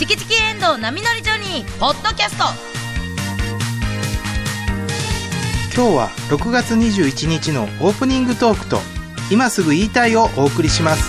チキチキエンドウ波乗りジョニー」ポッドキャスト。 今日は6月21日のオープニングトークと今すぐ言いたいをお送りします。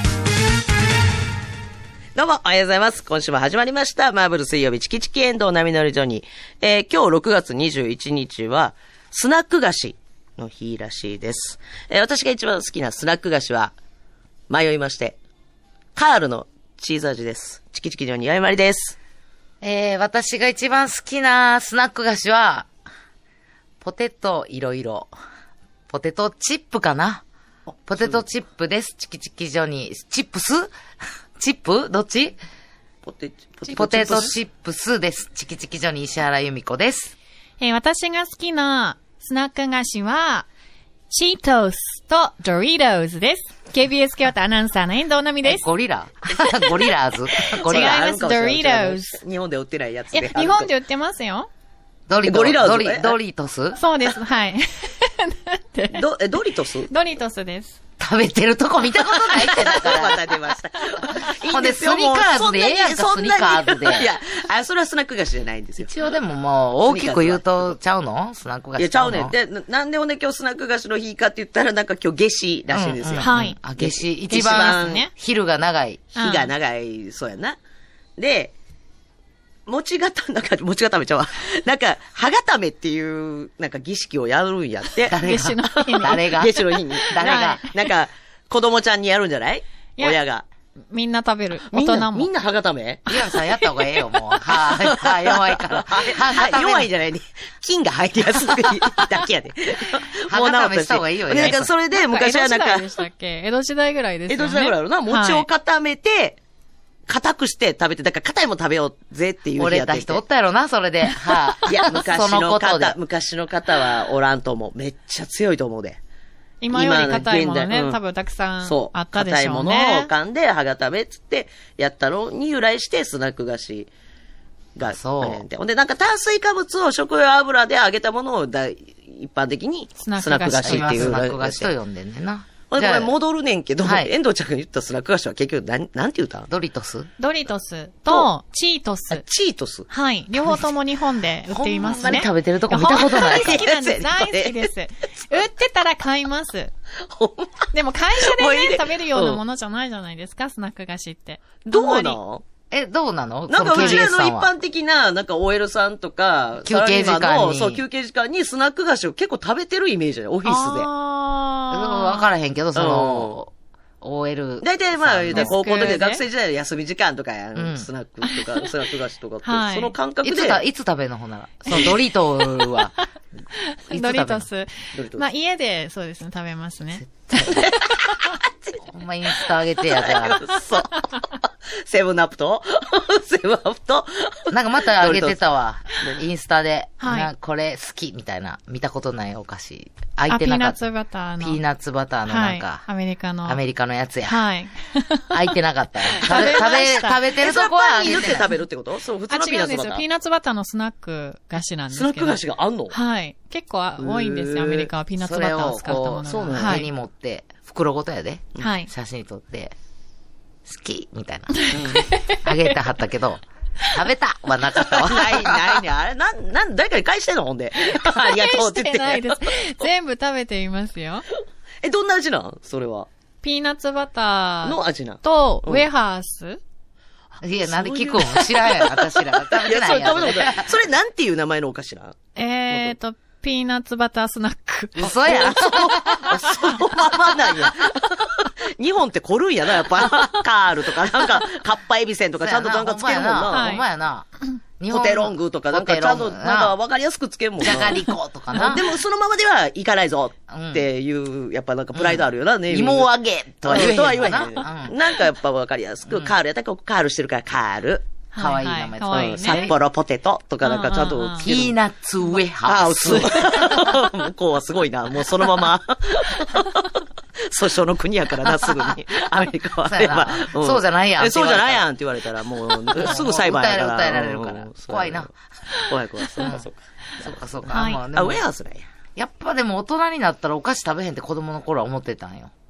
どうもおはようございます。今週も始まりましたマーブル水曜日チキチキエンドウ波乗りジョニー。今日6月21日はスナック菓子の日らしいです。私が一番好きなスナック菓子は迷いましてカールのチーズ味です。チキチキジョニーあいまりです。 私が一番好きなスナック菓子はポテトいろいろ。ポテトチップかな。ポテトチップです。チキチキジョニー。チップスチップどっちポテトチップスです。チキチキジョニー石原由美子です。 私が好きなスナック菓子は、チートスとドリトーズです。KBS 京都アナウンサーの遠藤奈美です。 ゴリラゴリラーズゴリラ違います、ドリトーズ。 日本で売ってないやつで。 いや、日本で売ってますよ。 ゴリラーズドリトスそうです、はい。 ドリトスドリトスです。 食べてるとこ見たことないってだから。 また出ました。 ほんで、スニカーズでええやんか、スニカーズで。 いや、それはスナック菓子じゃないんですよ。 一応でももう、大きく言うと、ちゃうのスナック菓子。 いや、ちゃうねん。で、なんでほんで今日スナック菓子の日かって言ったら、なんか今日夏至らしいんですよ。 はい。 あ、夏至。一番、昼が長い。 日が長い、そうやな。で、餅固めちゃうわ。なんか、歯固めっていう、なんか儀式をやるんやって。 夏至の日に。 誰が夏至の日に。 誰がなんか、子供ちゃんにやるんじゃない親が。 みんな食べる。大人も。 みんな歯固めリアルさんやった方がええよ、もう。弱いから。 弱いじゃないね。菌が入りやすいだけやで。 歯固めした方がいいよ、 なんかそれで昔はなんか。 江戸時代でしたっけ？江戸時代ぐらいですよね。 江戸時代ぐらいあるな。餅を固めて、固くして食べて、だから硬いもん食べようぜっていう日やってて。 折れた人おったやろな、それで。 いや、昔の方はおらんと思う。めっちゃ強いと思うで。 今より硬いものね、多分たくさんあったでしょうね。 硬いものを噛んで、歯固めっつってやったのに由来してスナック菓子が。 そう。 ほんで、なんか炭水化物を食用油で揚げたものを一般的にスナック菓子っていう。 スナック菓子と呼んでんねんな。 これ戻るねんけど、遠藤ちゃんが言ったスナック菓子は結局なんて言うた？ ドリトスとチートス。 チートス。 はい。両方とも日本で売っていますね。 ほんまに食べてるとこ見たことない。 好きなんです。大好きです。売ってたら買います。でも会社でね、食べるようなものじゃないじゃないですか、スナック菓子って。 どうなんどうなの？ なんかうちらの一般的な、なんか OL さんとか、 休憩時間に。 そう、休憩時間にスナック菓子を結構食べてるイメージだよ、オフィスで。 わからへんけど、その、OL。 大体まあ、高校の時学生時代の休み時間とかや、スナックとか、スナック菓子とかって、その感覚で。 いつ食べるのほんなら。そのドリトは。 ドリトス。まあ家でそうですね、食べますね。 ほんまインスタ上げてや、じゃあ。 そう。セブンアップとなんかまた上げてたわ。インスタで。 はい。 これ好きみたいな。見たことないお菓子。開いてなかった。 ピーナッツバターの。 ピーナッツバターのなんか。 アメリカのやつや。 はい。 開いてなかったよ。食べてるとこはパンに塗って食べるってこと？そう、普通のピーナッツバター。 違うんですよ。ピーナッツバターのスナック菓子なんですけど。 スナック菓子があんの？ はい。結構多いんですよ、アメリカは。ピーナッツバターを使ったものが。 そう手に持って、袋ごとやで。 はい。 写真撮って、好きみたいな。あげてはったけど、食べたはなかったわ。 ないね。あれ、誰かに返してんのほんで。ありがとうって言って。 ないです。全部食べていますよ。 どんな味なんそれは。 ピーナッツバター。 の味なんと、ウェハース。 いや、なんで聞くん知らんやん、私ら。食べてないやん。 それなんていう名前のお菓子なんピーナッツバタースナック。 嘘や。 そのままなんや。日本って凝るんやな、やっぱ。カールとか、なんか、カッパエビセンとかちゃんとなんかつけるもんな。 ほんまやな。 ポテロングとか、なんかちゃんと、なんかわかりやすくつけんもんな。 じゃがりことかな。 でもそのままではいかないぞっていう、やっぱなんかプライドあるよな、ね。 芋揚げとは言えな。なんかやっぱわかりやすく、カールやったらカールしてるからカール。 かわいい名前つけ札幌ポテトとかなんかちゃんとつける。 ピーナッツウェハース。 向こうはすごいな。もうそのまま。訴訟の国やからな、すぐに。アメリカは。 そうじゃないやん。 そうじゃないやんって言われたら、もう、すぐ裁判やから。 訴えられるから。怖いな。 怖い。 そうか。 ウェハースなんや。 やっぱでも大人になったらお菓子食べへんって子供の頃は思ってたんよ。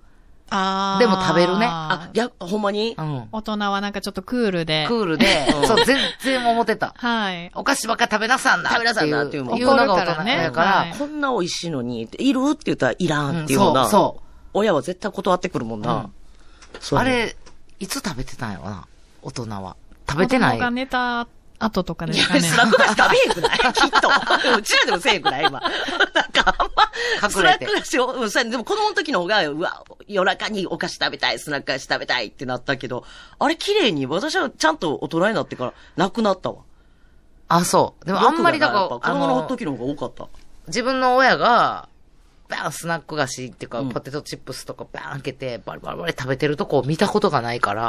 でも食べるね。 ほんまにうん。 大人はなんかちょっとクールで。 クールで、そう、全然思ってた。 はい。 お菓子ばっか食べなさんな。 食べなさんなっていうもん。 言うのが大人やから、 こんな美味しいのに、いるって言ったらいらんっていうのな。そう。親は絶対断ってくるもんな。 あれ、いつ食べてたんやろな、大人は。食べてない。 子供が寝た後とかですかね。 スナック菓子食べへんくないきっと。うちらでもせえへんくない今。なんかあんま、スナック菓子を、でも子供の時の方が、うわ、夜中にお菓子食べたい、スナック菓子食べたいってなったけど、あれ綺麗に、私はちゃんと大人になってからなくなったわ。 あ、そう。でもあんまりだから、 子供の時の方が多かった。 自分の親が、バーンスナック菓子っていうか、ポテトチップスとかバーン開けて、バリバリバリ食べてるとこを見たことがないから。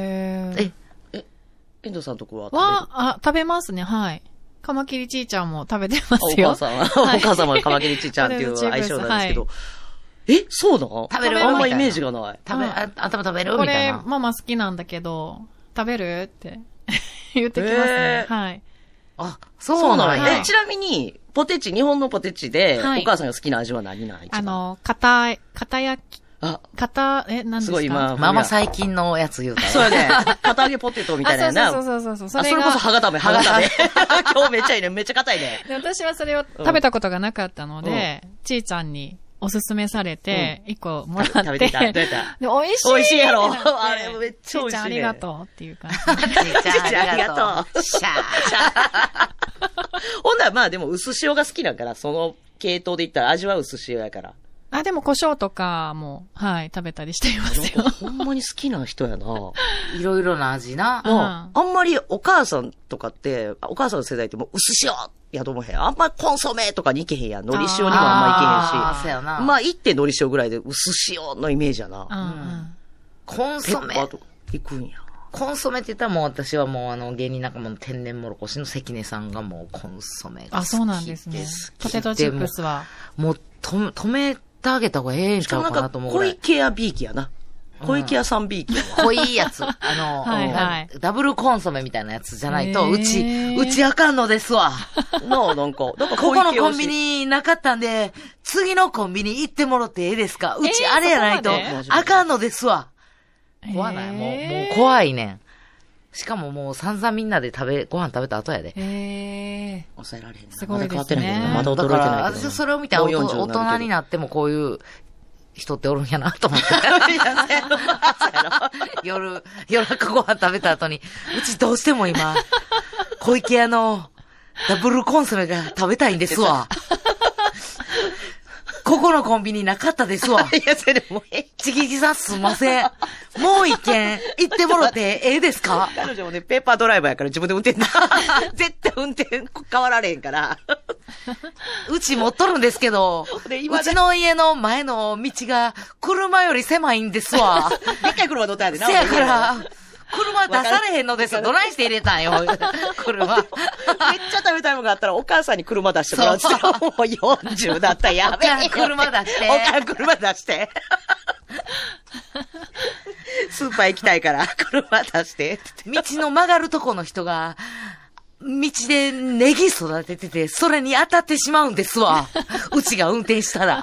遠藤さんのとこは食べますね、はい。カマキリちーちゃんも食べてますよ。 お母さんはカマキリちーちゃんっていう相性なんですけど。そうなの？ 食べる？ あんまイメージがない。 頭食べるみたいな。 これ、ママ好きなんだけど、食べるって言ってきますね。はい。 あ、そうなんや。 ちなみに、日本のポテチで、お母さんが好きな味は何なん？ 片焼き。何ですか？ すごい今。 ママ最近のやつ言うたら。 そうやね。片揚げポテトみたいなやな。 そう。 それこそ歯固め。今日めっちゃいいね。めっちゃ硬いね。 私はそれを食べたことがなかったので、ちーちゃんにおすすめされて、一個もらって。食べてた。で、美味しい。 美味しいやろ。あれめっちゃ美味しい。 ちーちゃんありがとうっていう感じ。 ちーちゃんありがとう。シャー。ほんならまあでも薄塩が好きだから、その系統で言ったら味は薄塩やから。 でも胡椒とかも、はい、食べたりしていますよ。 ほんまに好きな人やな。 いろいろな味な。 あんまりお母さんとかって、お母さんの世代ってもう薄塩やと思へん。あんまコンソメとかに行けへんやん。海苔塩にもあんま行けへんし。 そうやな。 まあ行って海苔塩ぐらいで薄塩のイメージやな。 コンソメ。 ペッパーとか行くんや。 コンソメって言ったらもう私はもう芸人仲間の天然もろこしの関根さんがもうコンソメが好き。 そうなんですね。ポテトチップスは。 もう止めてあげた方がええんちゃうかなと思うぐらい。 小池屋 B 期やな。小池屋さん B 期や濃いやつ。ダブルコンソメみたいなやつじゃないと、うちあかんのですわ。 なんか、ここのコンビニなかったんで、次のコンビニ行ってもろってええですか？うちあれやないと、あかんのですわ。怖ない。もう怖いねん。しかももう散々みんなでご飯食べた後やで。 抑えられへんな。 すごいですね。 まだ驚いてないけど。 だから私それを見て大人になってもこういう人っておるんやなと思って。夜中ご飯食べた後に、うちどうしても今、小池屋のダブルコンソメが食べたいんですわ。ここのコンビニなかったですわ。 いや、それもちぎきさんすんません。もう一軒行ってもろてええですか？ 彼女もね、ペーパードライバーやから自分で運転な。絶対運転変わられへんから。 うち持っとるんですけど、うちの家の前の道が車より狭いんですわ。 でっかい車乗ったんやでな。 せやから、車出されへんのですよ。どないして入れたんよ、車。めっちゃ食べたいものがあったらお母さんに車出してもらうって言ったらもう40だったらやべえ。 おかん車出して。 おかん車出して。スーパー行きたいから車出して。 道の曲がるとこの人が、道でネギ育ててて、それに当たってしまうんですわ。うちが運転したら。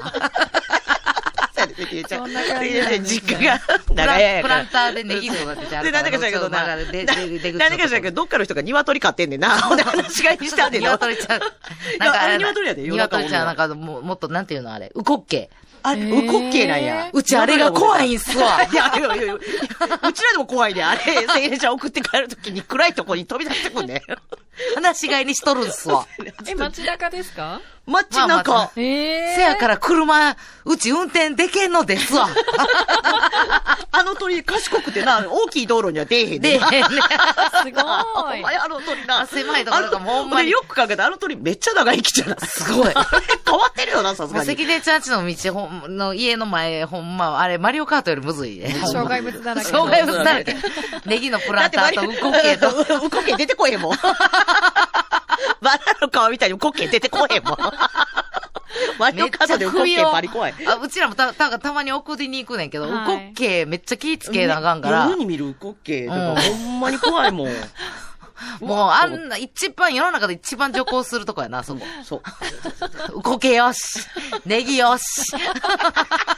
そんな感じなんですね。 実家が長屋やから。 プランターでネギ育ててあるから。 で、なんでか知らんけどな。なんでか知らんけど、どっかの人が鶏飼ってんねんな。ほんで、話がにしたんねんな。 鶏ちゃん。 なんか、あれ鶏やで、 鶏ちゃん、なんか、もっと、なんていうのあれ、ウコッケ。 ウコッケなんや。 うちあれが怖いんすわ。 いや、うちらでも怖いで、あれ、千円車送って帰るときに暗いとこに飛び出してくんね。 話し飼いにしとるんすわ。 街中ですか？ 街中。 せやから車、うち運転でけんのですわ。 あの鳥賢くてな、大きい道路には出えへんねん。 出えへんね。 すごい。 あの鳥な。 狭いところがもうほんまに。 よく考えたらあの鳥めっちゃ長生きじゃない？ すごい。 変わってるよな、さすがに。 関根ちゃんちの道の家の前、ほんま、あれ、マリオカートよりむずいね。 障害物だらけ。 障害物だらけ。ネギのプランターとウコッケと。 ウコッケ出てこへんもん。バナの皮みたいにウコッケ出てこへんもん。マリオカートでウコッケバリ怖い。 うちらもたまに送りに行くねんけど、ウコッケめっちゃ気ぃつけなあかんから。 夜に見るウコッケ、ほんまに怖いもん。 もう、あんな、世の中で一番徐行するとこやな、そこ。 そう。 ウコッケよし。ネギよし。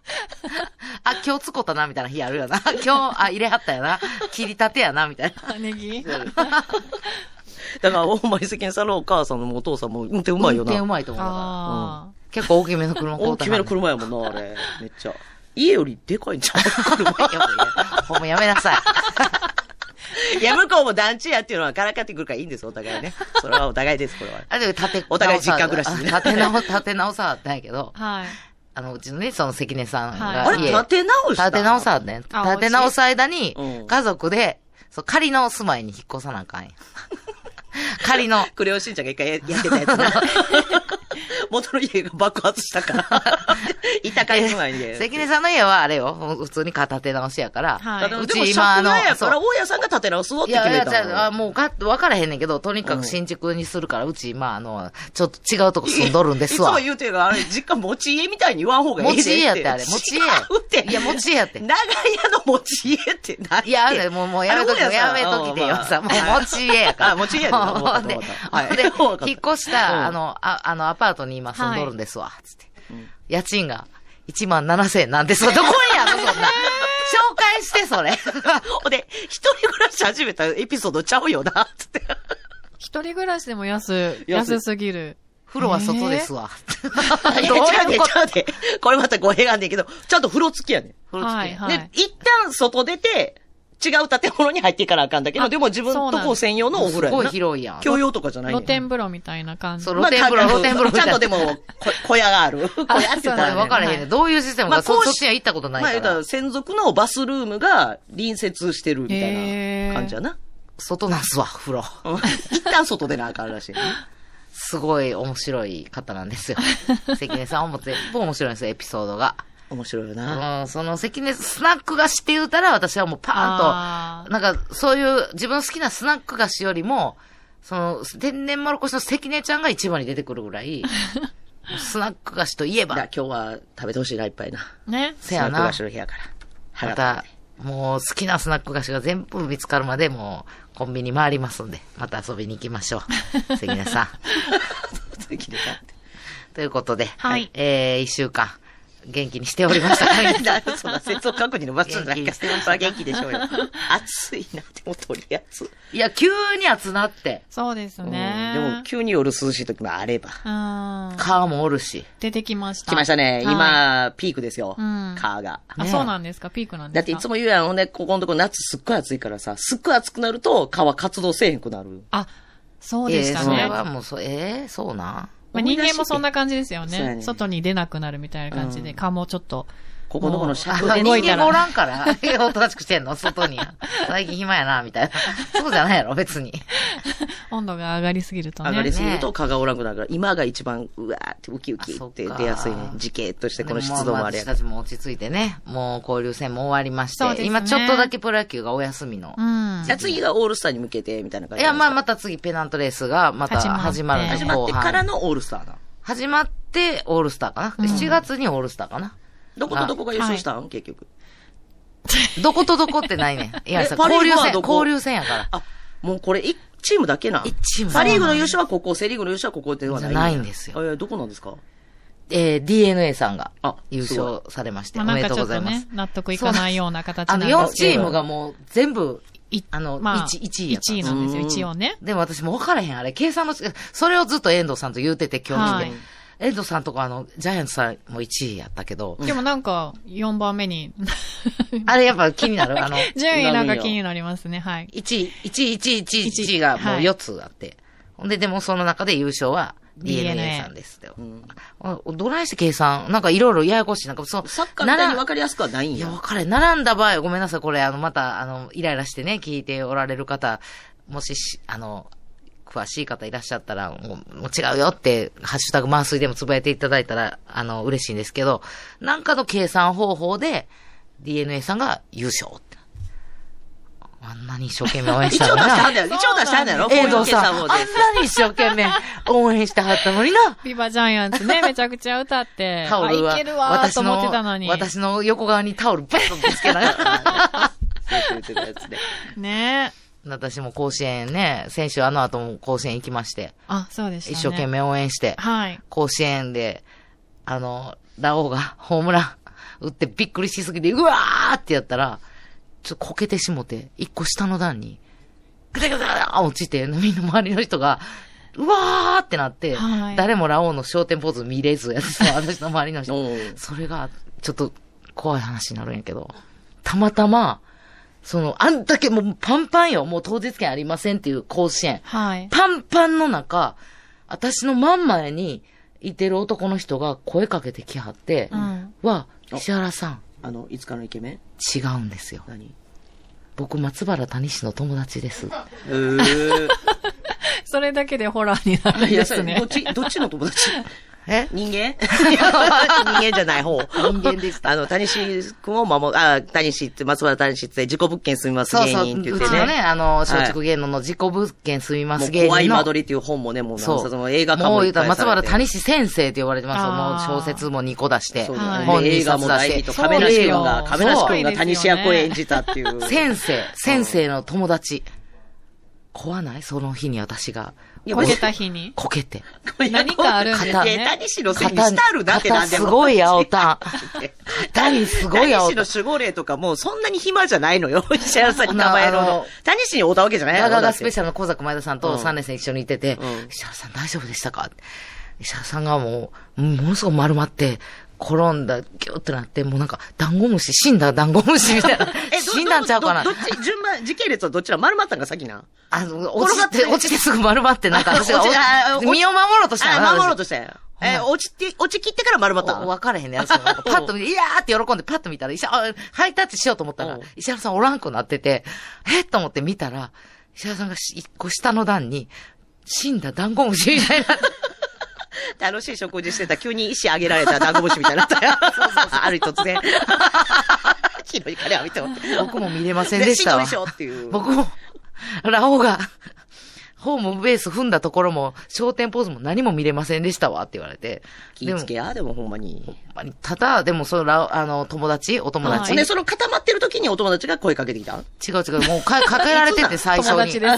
あ、今日つこったな、みたいな日あるよな。今日、入れはったよな。切りたてやな、みたいな。 ネギだから、ほんまに世間さんのお母さんのお父さんも運転うまいよな。 運転うまいと思うかあら。結構大きめの車大きめの車やもんな、あれ。めっちゃ。家よりでかいんちゃう車。 ほんまやめなさい。 いや、向こうも団地やっていうのはからかってくるからいいんです、お互いね。それはお互いです、これは。 あ、でもお互い実家暮らしね立て直さはったんやけど、 はい。 うちのね、その関根さんがはいあれ、立て直した立て直さはね。 あ立て直す間にうん、 家族で、仮の住まいに引っ越さなあかんやん。仮の。 クレヨンしんちゃんが一回やってたやつな。元の家が爆発したから。板かい前に。 関根さんの家はあれよ、普通に建て直しやから。 はい。 でもうち今やから、 そう大家さんが建て直すぞっていや、 決めたいや、じゃあ、 の。 もう分からへんねんけど、とにかく新築にするから、うち、ちょっと違うとこ住んどるんですわ。 いつも言うてるが、あれ、実家持ち家みたいに言わん方がいいで持ち家やってあれ持ち家違うって。 いや持ち家やって長屋の持ち家って何いや、あれ、もうやめとき、やめときてよ、さ、もう持ち家やから。 あ持ち家やなほんで、 はいで、 わかった引っ越した、 うんアパートに今住んどるんですわ、つってうん。 家賃が17,000円なんですわ。どこにやんの、そんな。紹介して、それ。 ほんで、一人暮らし始めたエピソードちゃうよな、つって。 一人暮らしでも安すぎる。 風呂は外ですわ。 いや、違うね、違うね。これまた語弊があんねんけど、ちゃんと風呂付きやねん。 風呂付きはいはいで、一旦外出て、違う建物に入っていかなあかんだけど、 あでも自分とこ専用のお風呂やすごいな。 広いやん。 共用とかじゃないねん露天風呂みたいな感じ。 そう露天風呂露天風呂みたいなちゃんとでも、小屋がある。小屋って言ったこれらね。 分からへんね。どういうシステムか、そっちには行ったことないからまあ言うたら、。専属のバスルームが隣接してるみたいへーな感じやな。 外なんすわ、風呂。 うん一旦外出なあかんらしいね。 すごい面白い方なんですよ。関根さんはもう全部面白いんですよ、エピソードが。 面白いよな。 その関根スナック菓子って言うたら、私はもうパあーンと、なんかそういう自分の好きなスナック菓子よりも、その天然もろこしの関根ちゃんが一番に出てくるぐらい、スナック菓子といえば、 いや、今日は食べてほしいな、いっぱいな。 ね。 せやなスナック菓子。の日やから。 また、もう好きなスナック菓子が全部見つかるまで、もうコンビニ回りますんで、また遊びに行きましょう。関根さん。 関根さんって。 ということで、 はい一週間、元気にしておりましたかそんな節操確認のバスじゃないか。それは元気でしょうよ。暑いな、でもとりあえず。 いや、急に暑なって、 そうですね。 でも、急に夜涼しい時もあれば。 うん。 川もおるし、 出てきました。 来ましたね。 はい今、ピークですよ。 うん川が。 あ、そうなんですかピークなんですかだっていつも言うやん、ほんで、ここのとこ夏すっごい暑いからさ、すっごい暑くなると川活動せえへんくなる。 あ、そうでしたそれね。 はもうそうなんまあ、人間もそんな感じですよね。 そうやね外に出なくなるみたいな感じで、 うん蚊もちょっと。 ここのこの尺あ、 で動いたら人間もおらんから、おとなしくしてんの外に。最近暇やな、みたいな。そうじゃないやろ、別に。 温度が上がりすぎるとね。 上がりすぎるねと蚊がおらんくなるから、今が一番、うわーってウキウキって出やすいねあそっか。 時系としてこの湿度もあれや私から。 たちも落ち着いてね、もう交流戦も終わりまして、 そうですね今ちょっとだけプロ野球がお休みの。 うん。 じゃあ次がオールスターに向けて、みたいな感じいや、まあままた次ペナントレースがまた始まるんで始まって後半からのオールスターだ。 始まってオールスターかな、 うん ?7 月にオールスターかな。 どことどこが優勝したん結局。 どことどこってないねん。いやさ、 パリー交流戦、 グはどこ交流戦やから。 あ、もうこれ1チームだけな。 一チームパリーグの優勝はここ、セリーグの優勝はここではない。 じゃないんですよ。 どこなんですか DNA さんがあ優勝されまして、 まあ、 おめでなんかちょっととうございますね。、納得いかないような形なん 4 ですけど。 チームがもう全部、 まあ、 1位やった 1位なんですよ、 うん一応ね。 でも私も分からへん、あれ。計算の、それをずっと遠藤さんと言うてて、今日来て。 はい遠藤さんとかジャイアンツさんも1位やったけど、 でもなんか、4番目に、 あれやっぱ気になる順位なんか気になりますね、はい。 1位がもう4つあって。ほんで、でもその中で優勝は DNA さんですよ。どないして計算なんかいろいろややこしい。なんかそう、 サッカーみたいに分かりやすくはないんいや、 や。 分かれ。並んだ場合、ごめんなさい。これ、また、イライラしてね、聞いておられる方、もし詳しい方いらっしゃったら、もう違うよって、ハッシュタグ満水でもつぶやいていただいたら、嬉しいんですけど、なんかの計算方法で、DNA さんが優勝って。あんなに一生懸命応援し一たのにな。 応出したんだよ。一応出したんだよ。こういう遠藤さん、 計算法であんなに一生懸命応援してはったのにな。 ビバジャイアンツね、めちゃくちゃ歌って、 タオルは、 あいけるわーと思ってたのに。 私の横側にタオルペッとぶつけながら。 言ってたやつで。 ね私も甲子園ね、先週後も甲子園行きまして、 あ、そうでしたね。 一生懸命応援して、 はい。 甲子園で、ラオウがホームラン打ってびっくりしすぎて、うわーってやったら、ちょっとこけてしもて、一個下の段に、ぐだぐだ落ちて、みんな周りの人が、うわーってなって、 はい誰もラオウの焦点ポーズ見れずやつさ、私の周りの人おう。 それが、ちょっと怖い話になるんやけど、たまたま、あんだけもうパンパンよ、もう当日券ありませんっていう甲子園。 はい。 パンパンの中、私の真ん前にいてる男の人が声かけてきはって、は、石原さん、 いつからのイケメン違うんですよ。 何僕、松原谷氏の友達です。 それだけでホラーになるんですね。 どっちの友達人間人間じゃない方。 人間でした。 谷氏君を谷氏って、松原谷氏って自己物件住みます芸人って言ってね。 うちのね、松竹芸能の自己物件住みます芸人の。 怖い間取りっていう本もね、もうその映画化もいっぱいされて。 松原谷氏先生って言われてますよ。もう小説も2個出して。 本映画も大ヒット。亀梨君が谷氏役を演じたっていう。 先生の友達。怖ないその日に私が。 こけた日にこけて。 何かあるんですね。 谷氏のせいにしてあるなってなんでも。 すごい青タン。谷すごい青タン。 谷氏の守護霊とかもうそんなに暇じゃないのよ。石原さんに名前の。谷氏に会ったわけじゃないガガガスペシャルの小坂前田さんと3年生一緒にいてて、石原さん大丈夫でしたか石原さんがものすごく丸まって、転んだ、ギューってなって、もうなんか、死んだダンゴムシみたいな。死んだんちゃうかな。 時系列はどっちら丸まったんが先な落ちてすぐ丸まって、なんか私が身を守ろうとした守ろうとしたよ。落ち切ってから丸まった分かれへんね。パッと見て、いやーって喜んでパッと見たら、ハイタッチしようと思ったら、石原さんおらんくなってて、と思って見たら、石原さんが一個下の段に、死んだダンゴムシみたいな。 楽しい食事してた急に石あげられたダンゴムシみたいになったよ。ある日突然。黄色い彼は見てもって。 僕も見れませんでしたわ。僕も、ラオウが、ホームベース踏んだところも、焦点ポーズも何も見れませんでしたわって言われて。 気ぃつけや、でもほんまに。 ただ、でもお友達で、その固まってる時にお友達が声かけてきた違う、もうかけられてて最初に。 友達です。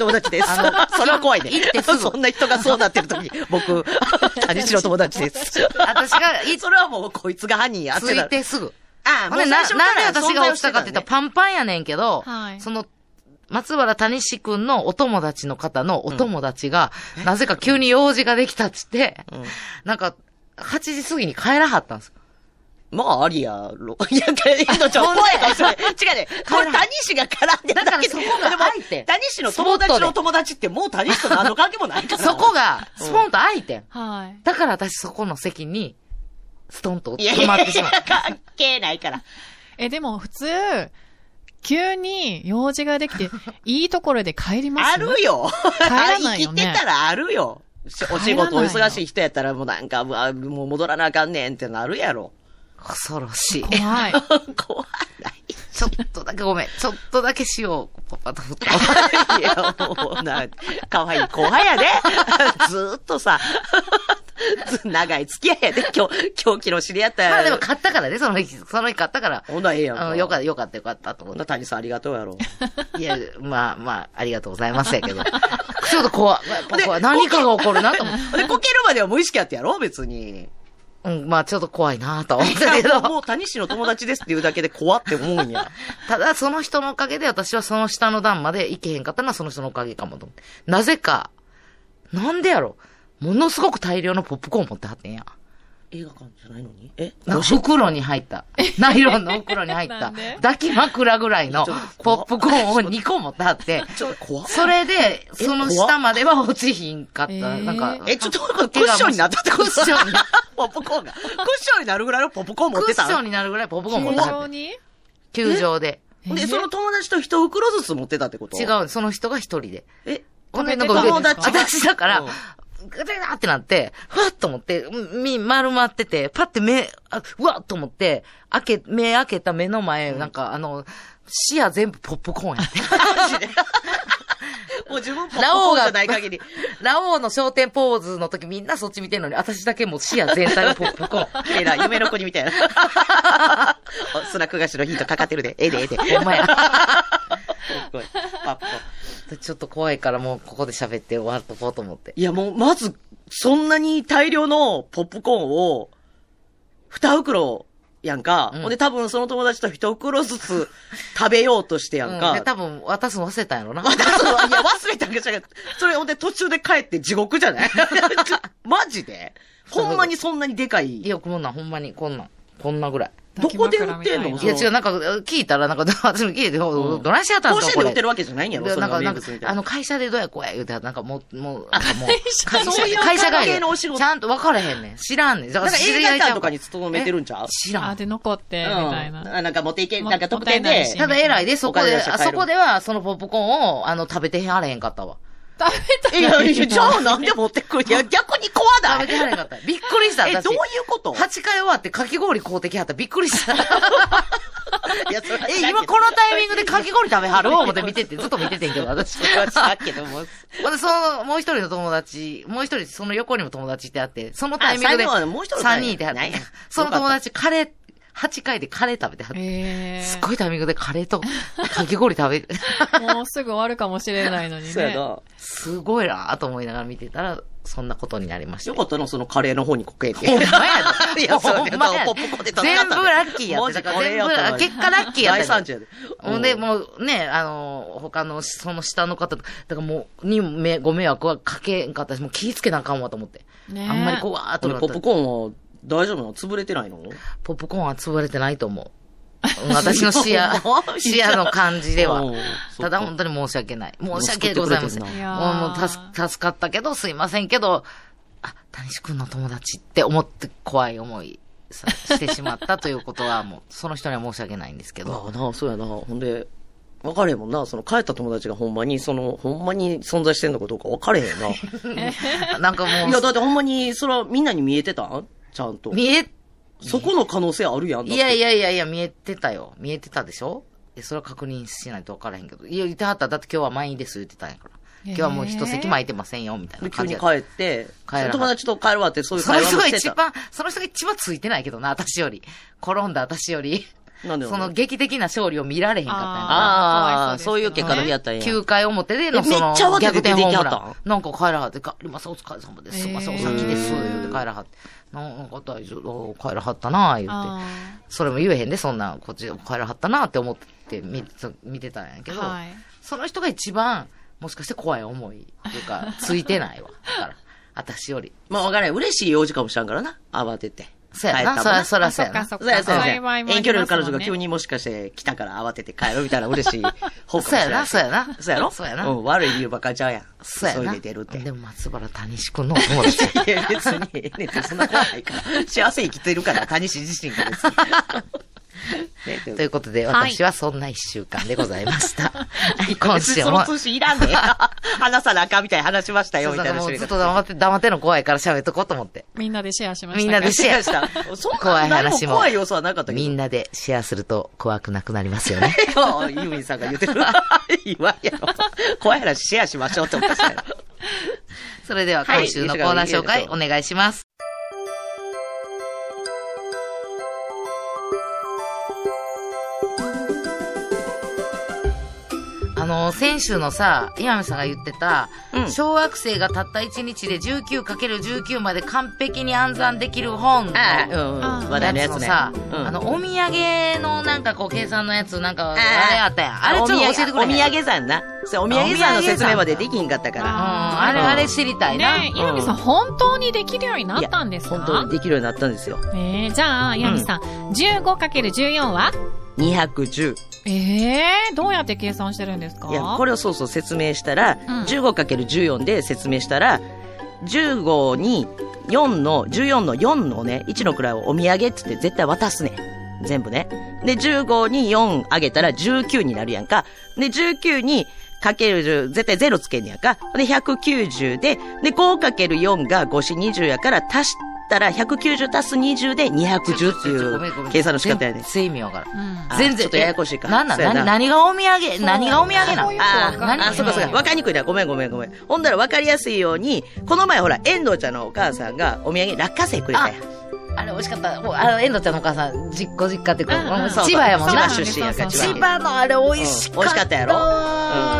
友達です。それは怖いね。そんな人がそうなってる時に、僕、谷氏の友達です。 私が、 それはもうこいつが犯人や。 ついてすぐ。 もう最初なんで私が落ちたかって言ったらパンパンやねんけど、松原谷志くんのお友達の方のお友達が、なぜか急に用事ができたっつって、なんか、8時過ぎに帰らはったんです。 まあ、ありやろ。いや、怖いかもしれない。違うね。これ、谷氏が絡んでるだけで。 だからそこが開いて。 谷氏の友達の友達ってもう谷氏と何の関係もないから。 そこが、スポンと開いてん。 はい。 だから私そこの席に、ストンと止まってしまう。 関係ないから。 でも普通、急に用事ができて、いいところで帰りますあるよ。 帰らないよね。 生きてたらあるよ。お仕事お忙しい人やったらもうなんか、もう戻らなあかんねんってなるやろ。 恐ろしい。 怖い。 怖い。 ちょっとだけごめん。ちょっとだけ塩をパパと振った。 いや、もうかわいい後輩やで。ずーっとさ、長い付き合いやで。今日昨日知り合ったやまあでも買ったからね、その日買ったから。 ほんならええやんか。 よかったと思って。 谷さんありがとうやろ。 いや、まあ、ありがとうございますやけど。ちょっと怖い。何かが起こるなと思って。 で、こけるまでは無意識やってやろ別に。 まあちょっと怖いなと思ったけど。 もう谷氏の友達ですって言うだけで怖って思うんや。 ただその人のおかげで私はその下の段まで行けへんかったのはその人のおかげかもと思って。なぜか、なんでやろものすごく大量のポップコーン持ってはってんや。 映画館じゃないのに袋に入った。ナイロンの袋に入った。抱き枕ぐらいのポップコーンを2個持ってはって。それで、その下までは落ちひんかった。なんか。 ちょっとクッションになったってことクッションに。 ポップコーンが。クッションになるぐらいのポップコーン持ってた。 クッションになるぐらいポップコーン持ってた。球場で。 で、その友達と一袋ずつ持ってたってこと違う、その人が一人で。 食べてた友達私だから、ぐでなってなって、ふわっと思って、丸まってて、パッてうわっと思って、目開けた目の前、なんか視野全部ポップコーンやって。 もう自分ポップコーンじゃない限り。 ラオウの焦点ポーズの時みんなそっち見てんのに、私だけもう視野全体がポップコーン。 綺麗な、夢の国みたいな。スナック菓子のヒントかかってるで。ええで。 ほんまや。 パッちょっと怖いからもうここで喋って終わっとこうと思って。 いやもうまず、そんなに大量のポップコーンを、2袋やんか。ほんで多分その友達と一袋ずつ食べようとしてやんか。 で、多分渡すの忘れたんやろな。 いや、忘れたんかじゃなくて、それほんで途中で帰って地獄じゃないマジでほんまにそんなにでかい。 いや、こんなん、ほんまに、こんなぐらい。 どこで売ってんの？ いや、違う、なんか、聞いたら、なんか、私も聞いて、どないしやったんですか？ 甲子園で売ってるわけじゃないんやろ？そんな名物みたいな。 会社でどうやこうや言うて、なんかもう、 そういう会社関係のお仕事ちゃんと分からへんねん。知らんねん。だなんか映画館とかに勤めてるんちゃう？ 知らん。 で、残って、みたいな。 なんか持っていけ、なんか特典で。 ただ偉いで、そこでは、そのポップコーンを、食べてはれへんかったわ。 食べたいや、じゃあなんで持ってくる？いや、逆に怖ない。 食べてはれへんかった。びっくりした。 どういうこと？ 8 回終わってかき氷買うてきはった。びっくりした。 いや、それ今このタイミングでかき氷食べはる思って見てて、ずっと見ててんけど、私。 さっきでも。 ほんで、もう一人の友達、その横にも友達ってあって、そのタイミングで、3人いてはって、その友達、8回でカレー食べてはって。すっごいタイミングでカレーとかき氷食べて。 もうすぐ終わるかもしれないのにね。 そうやな。 すごいなぁと思いながら見てたら、そんなことになりました。 よかったの、そのカレーの方にこけて。 ほんまやで。 いや、そうほんまやポップコーンで全部ラッキーやって。だから全部、結果ラッキーやった。 大惨事やで。 ほんで、もうね、他の、その下の方、だからもう、ご迷惑はかけんかったし、もう気ぃつけなあかんわと思って。あんまりこうわーっとなった。 ポップコーンは大丈夫なの？潰れてないの？ ポップコーンは潰れてないと思う。私の視野の感じでは。ただ本当に申し訳ない。申し訳ございません。もう助かったけど、すいませんけど、谷志くんの友達って思って怖い思いしてしまったということは、もう、その人には申し訳ないんですけど。 そうやな。ほんで、分かれへんもんな。その帰った友達がほんまに存在してんのかどうか分かれへんな。 なんかもう。 いや、だってほんまに、それはみんなに見えてたん？ちゃんと。そこの可能性あるやん。 いや、見えてたよ。見えてたでしょ？それは確認しないと分からへんけど。いや、言ってはったら、だって今日は満員です言ってたんやから。今日はもう一席巻いてませんよ、みたいな感じで。 急に帰って、友達と帰るわって、そういう会話もしてた。 その人が一番ついてないけどな、私より。転んだ私より。 なんでその劇的な勝利を見られへんかったんやから。 ああ、そういう結果の日やったんや。 9回表でのその逆転ホームラン。なんか帰らはって、帰ります、お疲れ様です。すいません、お先です。言うて帰らはって。なんか大丈夫、帰らはったな、言うて。それも言えへんで、そんな、こっちで帰らはったなって思って見てたんやけど、その人が一番、もしかして怖い思いっていうか、ついてないわ。だから、私より。 まあわからない。嬉しい用事かもしらんからな。慌てて。 そうやな。そらそうやな。 そうや。遠距離の彼女が急にもしかして来たから慌てて帰るみたいな嬉しい方かもしれない。 そうやな。 そうやろ？悪い理由ばっかりちゃうやん。 そうやな。 急いで出るって。 でも松原谷志くんのお友達。 いや、別に、そんなことないから。幸せ生きてるから、谷志自身が別に。 ということで、私はそんな一週間でございました。今週も。 その通信いらんね。話さなあかんみたいに話しましたよ、みたいな。 ずっと黙っての怖いから喋っとこうと思って。 みんなでシェアしました。 みんなでシェアした。怖い話も。 怖い要素はなかったけど。 みんなでシェアすると怖くなくなりますよね。 ユーミンさんが言ってる。言わんやろ。怖い話シェアしましょうって思ったよ。 それでは今週のコーナー紹介お願いします。先週のさ、岩見さんが言ってた、小学生がたった1日で 19×19 まで完璧に暗算できる本の話題のやつね。 さ、お土産のなんかこう計算のやつなんか、あれあったやん。あれちょっと教えてくれ。 お土産算な。お土産算の説明までできんかったから。 あれ知りたいな。 ねえ、岩見さん本当にできるようになったんですか？ 本当にできるようになったんですよ。 じゃあ、岩見さん、15×14 は 210。 どうやって計算してるんですか？ いや、これをそう説明したら、15×14 で説明したら、15に14の4のね、1の位をお土産って言って絶対渡すね。全部ね。で、15に4あげたら19になるやんか。で、19にかける10、絶対0つけんねやんか。で、190で、5×4 が5し20やから足したら190足す20で210っていう計算の仕方やね。 全然意味わからん。 全然。ちょっとややこしいか。 何がお土産なの？ そうか。わかりにくいな。ごめん。ほんならわかりやすいように、この前ほら、遠藤ちゃんのお母さんがお土産落花生くれたやん。 あれ美味しかった。遠藤ちゃんのお母さん、実家って千葉やもんな。 千葉出身やから。 千葉のあれ美味しかった。 美味しかったやろ。 お土産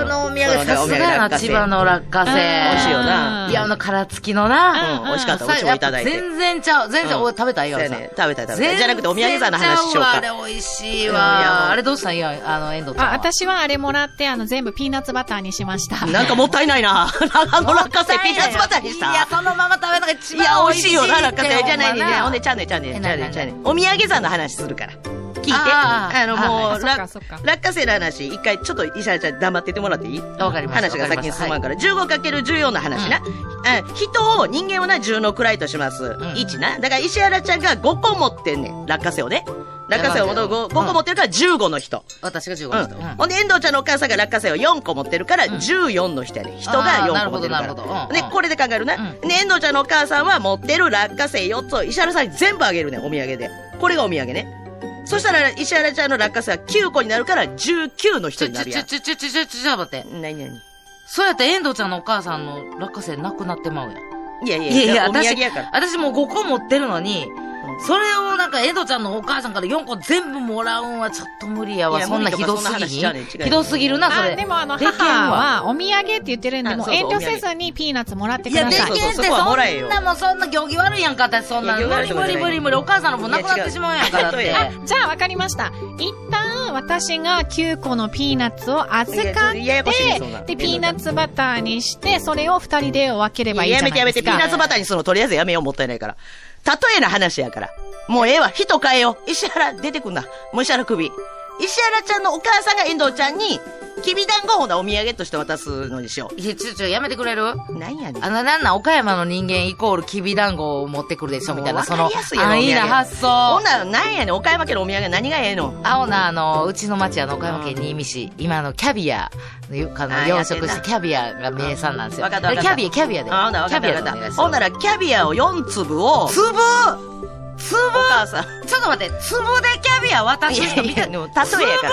や、さすがやな、千葉の落花生。 美味しいよな。 いや、殻付きのな。 美味しかった。うちもいただいて。 全然ちゃう。全然、俺食べたいよ。 食べたい。じゃなくてお土産さんの話しようか。 あれ美味しいわ。あれどうしたんや、遠藤ちゃん。 私はあれもらって、全部ピーナッツバターにしました。 なんかもったいないな。長野落花生ピーナッツバターにした。 いや、そのまま食べるのが一番美味しい。 いや、美味しいよな、落花生。じゃないね。ほんで、ちゃうね。お土産さんの話するから。聞いて。もう、落花生の話、一回ちょっと石原ちゃん黙っててもらっていい？ わかりました。 話が先に進まんから。15×14 の話な。人間をな、10の位とします。1な。だから石原ちゃんが5個持ってんねん。落花生をね。落花生を5個持ってるから15の人。 私が15の人。 ほんで、遠藤ちゃんのお母さんが落花生を4個持ってるから14の人やね。人が4個持ってるから。なるほど。で、これで考えるな。で、遠藤ちゃんのお母さんは持ってる落花生4つを石原さんに全部あげるねん、お土産で。これがお土産ね。そしたら、石原ちゃんの落花生は9個になるから19の人になるやん。 ちょ待って。 何そうやって遠藤ちゃんのお母さんの落花生なくなってまうやん。 いや、お土産やから。 私もう5個持ってるのに、それをなんか、エドちゃんのお母さんから4個全部もらうんはちょっと無理やわ。そんなひどすぎに。ひどすぎるな、それ。 でも母はお土産って言ってるんで、もう遠慮せずにピーナッツもらってください。 いや、できんって、そんな行儀悪いやんかって、そんな。無理。お母さんの分なくなってしまうやんか、だって。 じゃあわかりました。一旦、私が9個のピーナッツを預かって、で、ピーナッツバターにして、それを2人で分ければいいじゃないですか。 やめて、ピーナッツバターにするのとりあえずやめよう、もったいないから。例えの話やから。もうええわ。人変えよう。石原出てくんな。もう石原首。石原ちゃんのお母さんが遠藤ちゃんに、きびだんごほなお土産として渡すのにしよう。 いや、やめてくれる？ 何やねん。 なんなん岡山の人間イコールきびだんごを持ってくるでしょみたいな、その、安易な発想。 ほんなら何やねん。岡山県のお土産何がええの？ うちの町岡山県新見市、今キャビア、養殖してキャビアが名産なんですよ。 わかった。 キャビアで。キャビアでほんならキャビアを4粒を。 粒お母さん。 ちょっと待って、粒でキャビア渡す人見た、 例えやから。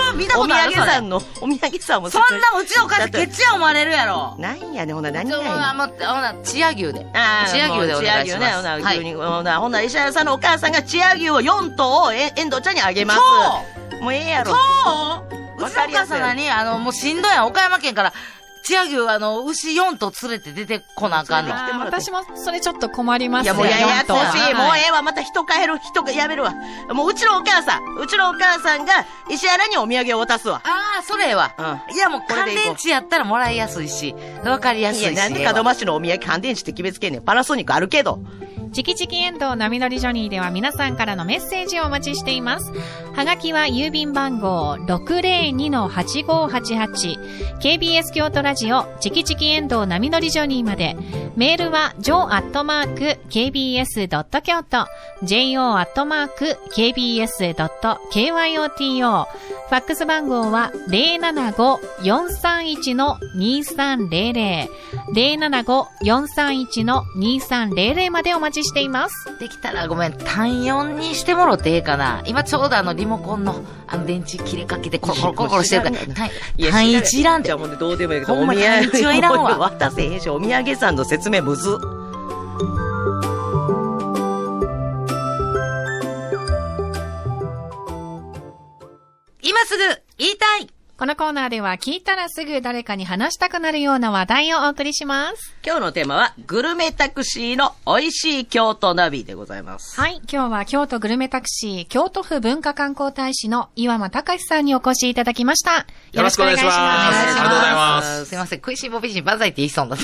見たことある？お土産さんもそんなうちのお母さんケチや思われるやろ。 何やねん、ほんな何やねん。 ほな、チア牛で。チア牛でお願いします。 ほんなら石原さんのお母さんがチア牛を4頭を遠藤ちゃんにあげます。もうええやろ。 そううちのお母さんに、もうしんどいやん。岡山県から、千秋牛4頭連れて出てこなあかんの。 私もそれちょっと困りますね。 いや、もうややこしい。もうええわ。また人変える。人がやめるわ。もううちのお母さんが石原にお土産を渡すわ。 ああ、それは。いや、もう乾電池やったらもらいやすいし、わかりやすいし。いや、なんで門真市のお土産乾電池って決めつけんねん。パナソニックあるけど。 チキチキエンドウ波乗りジョニーでは皆さんからのメッセージをお待ちしています。はがきは郵便番号 602-8588 KBS 京都ラジオチキチキエンドウ波乗りジョニーまで。メールは jo@kbs.kyoto jo@kbs.kyoto ファックス番号は 075-431-2300 075-431-2300までお待ちしています。 できたらごめん、単4にしてもろってええかな。今ちょうどリモコンの電池切れかけてコロコロしてるから。単1いらんで。 じゃあもうどうでもいいけど、 ほんま単1はいらんわ。 渡せへんし、お土産さんの説明むずっ。 今すぐ言いたい。 このコーナーでは聞いたらすぐ誰かに話したくなるような話題をお送りします。 今日のテーマはグルメタクシーの美味しい京都ナビでございます。 はい。今日は京都グルメタクシー京都府文化観光大使の岩間隆さんにお越しいただきました。よろしくお願いします。 ありがとうございます。 すいません。食いしん坊美人万歳って言いそうになって。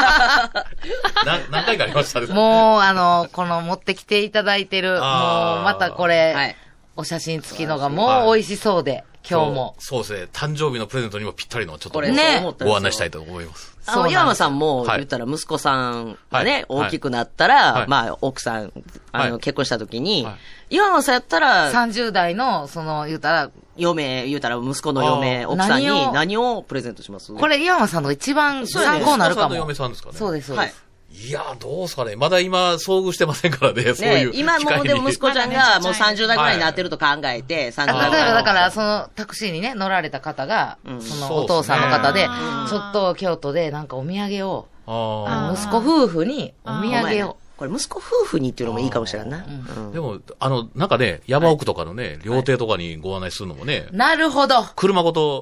何回かありましたね。 もうこの持ってきていただいてる、もうまたこれ、はい、お写真付きのがもう美味しそうで。今日も。 そうですね。誕生日のプレゼントにもぴったりのちょっと、 ね、 ご案内したいと思います。 岩間さんも言ったら息子さんがね、大きくなったら、まあ奥さん、結婚した時に、岩間さんやったら、 30代の、言ったら、 息子の嫁、奥さんに何をプレゼントします？ これ岩間さんの一番参考になるかも。 息子さんの嫁さんですかね。 そうです、そうです。 いや、どうすかね。まだ今、遭遇してませんからね、そういう。 今もうでも息子ちゃんがもう30代ぐらいになってると考えて、30代。 例えばだから、タクシーにね、乗られた方が、お父さんの方で、ちょっと京都でなんかお土産を、息子夫婦にお土産を。 これ息子夫婦にっていうのもいいかもしれんな。 でも、なんかね、山奥とかのね、料亭とかにご案内するのもね。 なるほど。 車ごと、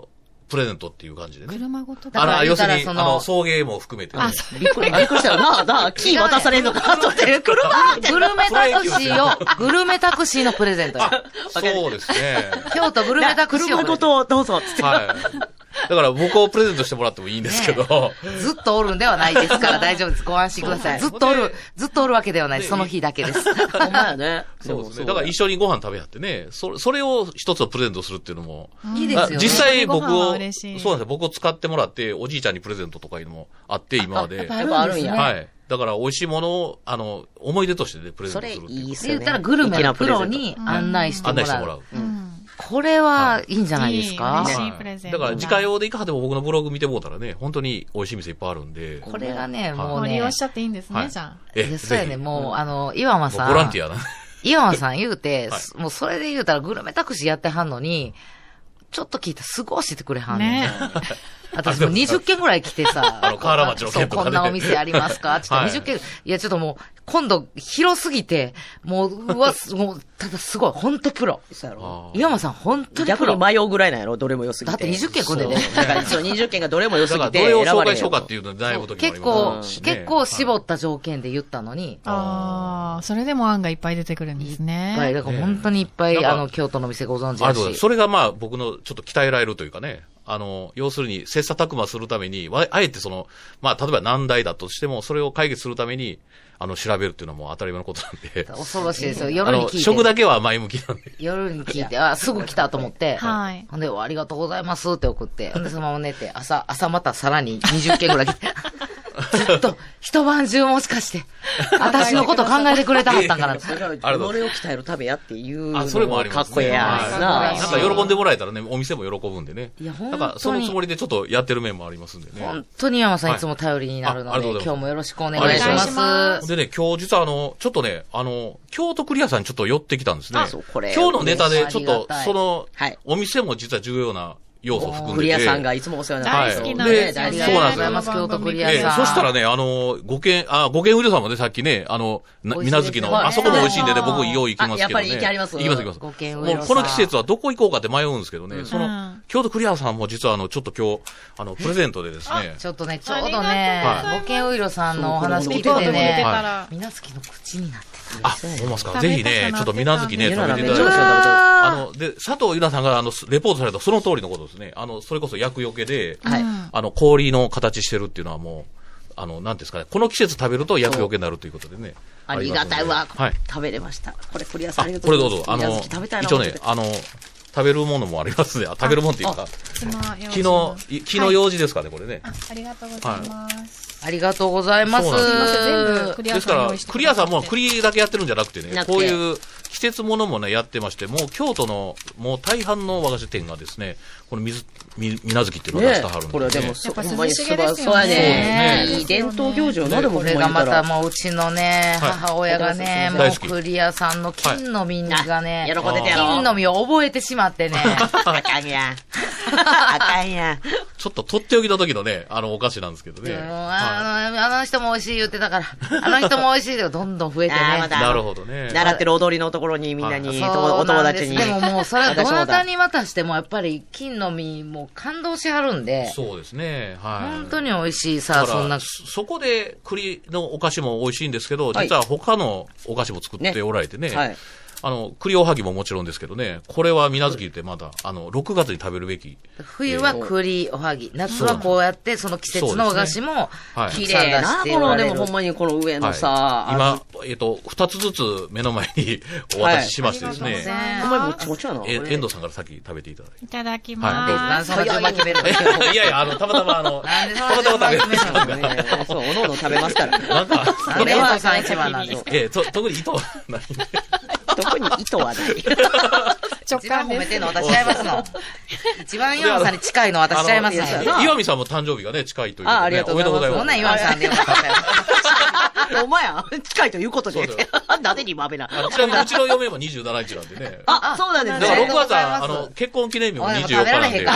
プレゼントっていう感じでね。 車ごと要するに、送迎も含めてね。 びっくりしたよな。キー渡されんのかと思って、 グルメタクシーのプレゼントよ。 そうですね。 京都グルメタクシーを。 車ごとどうぞ、つって。 はい。だから僕をプレゼントしてもらってもいいんですけど。 ずっとおるんではないですから大丈夫です。ご安心ください。ずっとおるわけではない。その日だけです。 ほんまやね。 そうですね。だから一緒にご飯食べ合ってね、それを一つのプレゼントするっていうのも。 いいですよね。 実際僕を、そうなんですよ。僕を使ってもらって、おじいちゃんにプレゼントとかいうのもあって、今まで。 やっぱあるんや。 はい。だから美味しいものを、思い出としてね、プレゼントするっていう。 それいいっすね。言ったらグルメのプロに案内してもらう。これはいいんじゃないですか？ 嬉しいプレゼント。 だから自家用でいかはでも僕のブログ見てもうたらね、本当に美味しい店いっぱいあるんで。 これがね、もうね。 利用しちゃっていいんですね、じゃあ。 そうやね、もう、岩間さん。 ボランティアな。 岩間さん言うて、もうそれで言うたらグルメタクシーやってはんのに、ちょっと聞いたらすぐ教えてくれはんねん。ね私も20件ぐらい来てさ、 河原町の件とかね。 こんなお店ありますかって20件、いやちょっともう、今度広すぎて、もう、もう、ただすごい、ほんとプロ。岩間さんほんとにプロ。 逆に迷うぐらいなんやろ、どれも良すぎて。 だって20件組んでね。 だから一応20件がどれも良すぎて。 どれを紹介しようかっていうので悩む時もありますしね。 結構絞った条件で言ったのに。 それでも案がいっぱい出てくるんですね。 いっぱい、だから本当にいっぱい、京都の店ご存知だし。 それがまあ僕のちょっと鍛えられるというかね。要するに、切磋琢磨するために、あえてまあ、例えば難題だとしても、それを解決するために、調べるっていうのはもう当たり前のことなんで。 恐ろしいですよ。夜に聞いて。 食だけは前向きなんで。 夜に聞いて、すぐ来たと思って。はい。ほんで、ありがとうございますって送って。ほんで、そのまま寝て、朝またさらに20件ぐらい来て。ずっと、一晩中もしかして、私のこと考えてくれたかったんかな。 それを鍛えるためやっていうのそれもあります。 かっこええやなんか喜んでもらえたらね、お店も喜ぶんでね。いや、ほんとに。なんか、そのつもりでちょっとやってる面もありますんでね。 本当に山さんいつも頼りになるので、今日もよろしくお願いします。 でね、今日実はちょっとね、京都クリアさんにちょっと寄ってきたんですね。今日のネタでちょっと、お店も実は重要な、要素を含んでて。 クリアさんがいつもお世話になってます。大好きなんです。 ありがとうございます、京都クリアさん。 そしたらね、五軒うりょうさんもね、さっきね、みなずきの、あそこも美味しいんでね、僕よう行きますけどね。やっぱり行きあります？ 行きます。もうこの季節はどこ行こうかって迷うんですけどね、京都クリアさんも実はちょっと今日、プレゼントでですね。 ちょっとね、ちょうどね、五軒うりょうさんのお話聞いててね、みなずきの口になってた。ほんまですか。ぜひね、ちょっとみなずきね、食べていただいて。で、佐藤ゆなさんがレポートされたその通りのことですね。それこそ厄除けで、氷の形してるっていうのはもう、なんですかね、この季節食べると厄除けになるということでね。 ありがたいわ。食べれました。これクリアされると。 これどうぞ。一応ね、食べるものもありますね。食べるものっていうか、木の用紙ですかね、これね。 ありがとうございます。 ありがとうございます。 ですから、クリアさんも栗だけやってるんじゃなくてね、こういう季節ものもね、やってまして、もう京都の、もう大半の和菓子店がですね、このみなずきっていうのを出してはるんで、ね。 これでも、 やっぱ涼しげですよね。 そうやね。いい伝統行事をなでもこれがまたもううちのね、母親がね、もうクリアさんの金の実がね、 喜んでてやろ。 金の実を覚えてしまってね。 あかんや。あかんや。 ちょっととっておきの時のね、お菓子なんですけどね。 あの人も美味しい言ってたから、あの人も美味しいけど、どんどん増えてね。 なるほどね。 習ってる踊りのところにみんなに、お友達に。 でももうそれはどなたに渡してもやっぱり金の実も感動しはるんで。 そうですね。はい。 本当に美味しいさ、そんな。 そこで栗のお菓子も美味しいんですけど、実は他のお菓子も作っておられてね。はい。栗おはぎももちろんですけどね、これはみなずきってまだ、6月に食べるべき。 冬は栗おはぎ、夏はこうやって、その季節のお菓子も、 綺麗な、この、でもほんまにこの上のさ、 今、2つずつ目の前にお渡ししましてですね。 お前もちもちやな。 遠藤さんから先食べていただいて。 いただきます。その順番決めるの？ いやいや、たまたま食べる。 そう、おのおの食べますから。 なんか、 それはさん一番なんです。 特に意図はない。 特に意図はない。 直感褒めてんの私ちゃいますの。一番岩見さんに近いの私ちゃいますの。 岩見さんも誕生日がね、近いという。 ありがとうございます。 そんな岩見さんでよかったよ。 お前や、近いということで。なんで2番目な。 ちなみにうちの嫁も27日なんでね。 あ、そうなんですね。 だから6月は、結婚記念日も24日なんで。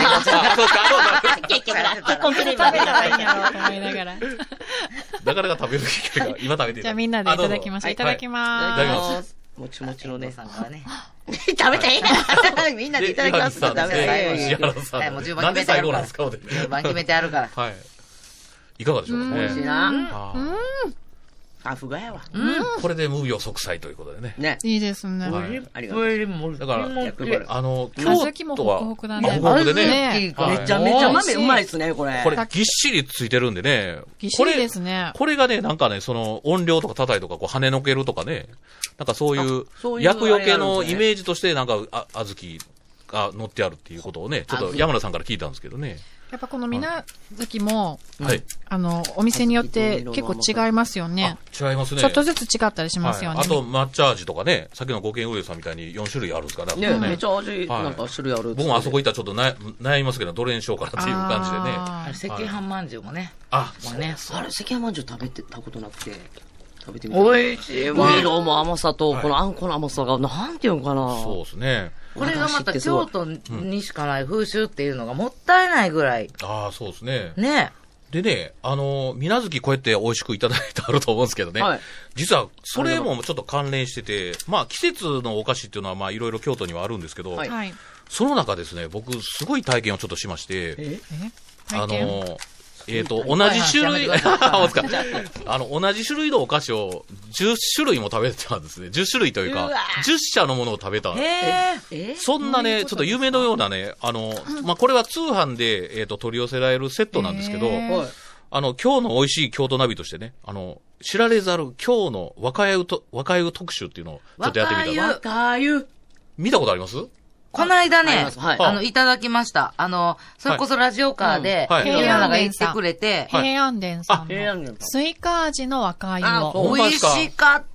結婚記念日食べたらいいんやろうと思いながら。 なかなか食べる機会が今食べてる。 じゃあみんなでいただきましょう。いただきます。 いただきます。 もちもちのね。 さんからね。 食べていいみんなでいただきますから食べて石原さん。なんで最後なんですか順番決めてあるから。 はい。いかがでしょうかね。 美味しいな。あ、ふがやわ。 これで無病息災ということでね。 ね。 いいですね。 ありがとう。 だから、 京都は、ホクホクでね。 めちゃめちゃ豆うまいっすね、これ。 これぎっしりついてるんでね。 ぎっしりですね。 これがね、なんかね、その音量とか叩いとかこう跳ねのけるとかね。なんかそういう厄除けのイメージとしてなんか小豆が乗ってあるっていうことをね、ちょっと山田さんから聞いたんですけどね。 やっぱこの水無月も、お店によって結構違いますよね。 違いますね。 ちょっとずつ違ったりしますよね。 あと抹茶味とかね、さっきの五軒上さんみたいに4種類あるんですからね。めっちゃ味、なんか種類ある。 僕もあそこ行ったらちょっと悩みますけど、どれにしようかなっていう感じでね。赤飯まんじゅうもね。 あれ、赤飯まんじゅう食べてたことなくて。食べてみて。美味しいわ。色も甘さと、このあんこの甘さが、なんていうのかな。 そうですね。 これがまた京都にしかない風習っていうのがもったいないぐらい。 ああ、そうですね。 ね。 でね、水無月こうやって美味しくいただいてあると思うんですけどね。実は、それもちょっと関連してて、まあ季節のお菓子っていうのはまあいろいろ京都にはあるんですけど、その中ですね、僕すごい体験をちょっとしまして、同じ種類、同じ種類のお菓子を10種類も食べてたんですね。10種類というか、10社のものを食べた。そんなね、ちょっと夢のようなね、まあ、これは通販で、取り寄せられるセットなんですけど、今日の美味しい京都ナビとしてね、知られざる今日の若湯特集っていうのをちょっとやってみた。 若湯。 見たことあります？ この間ね、いただきました。それこそラジオカーで、平安が言ってくれて、 平安殿さんのスイカ味の若湯を。 美味しかった。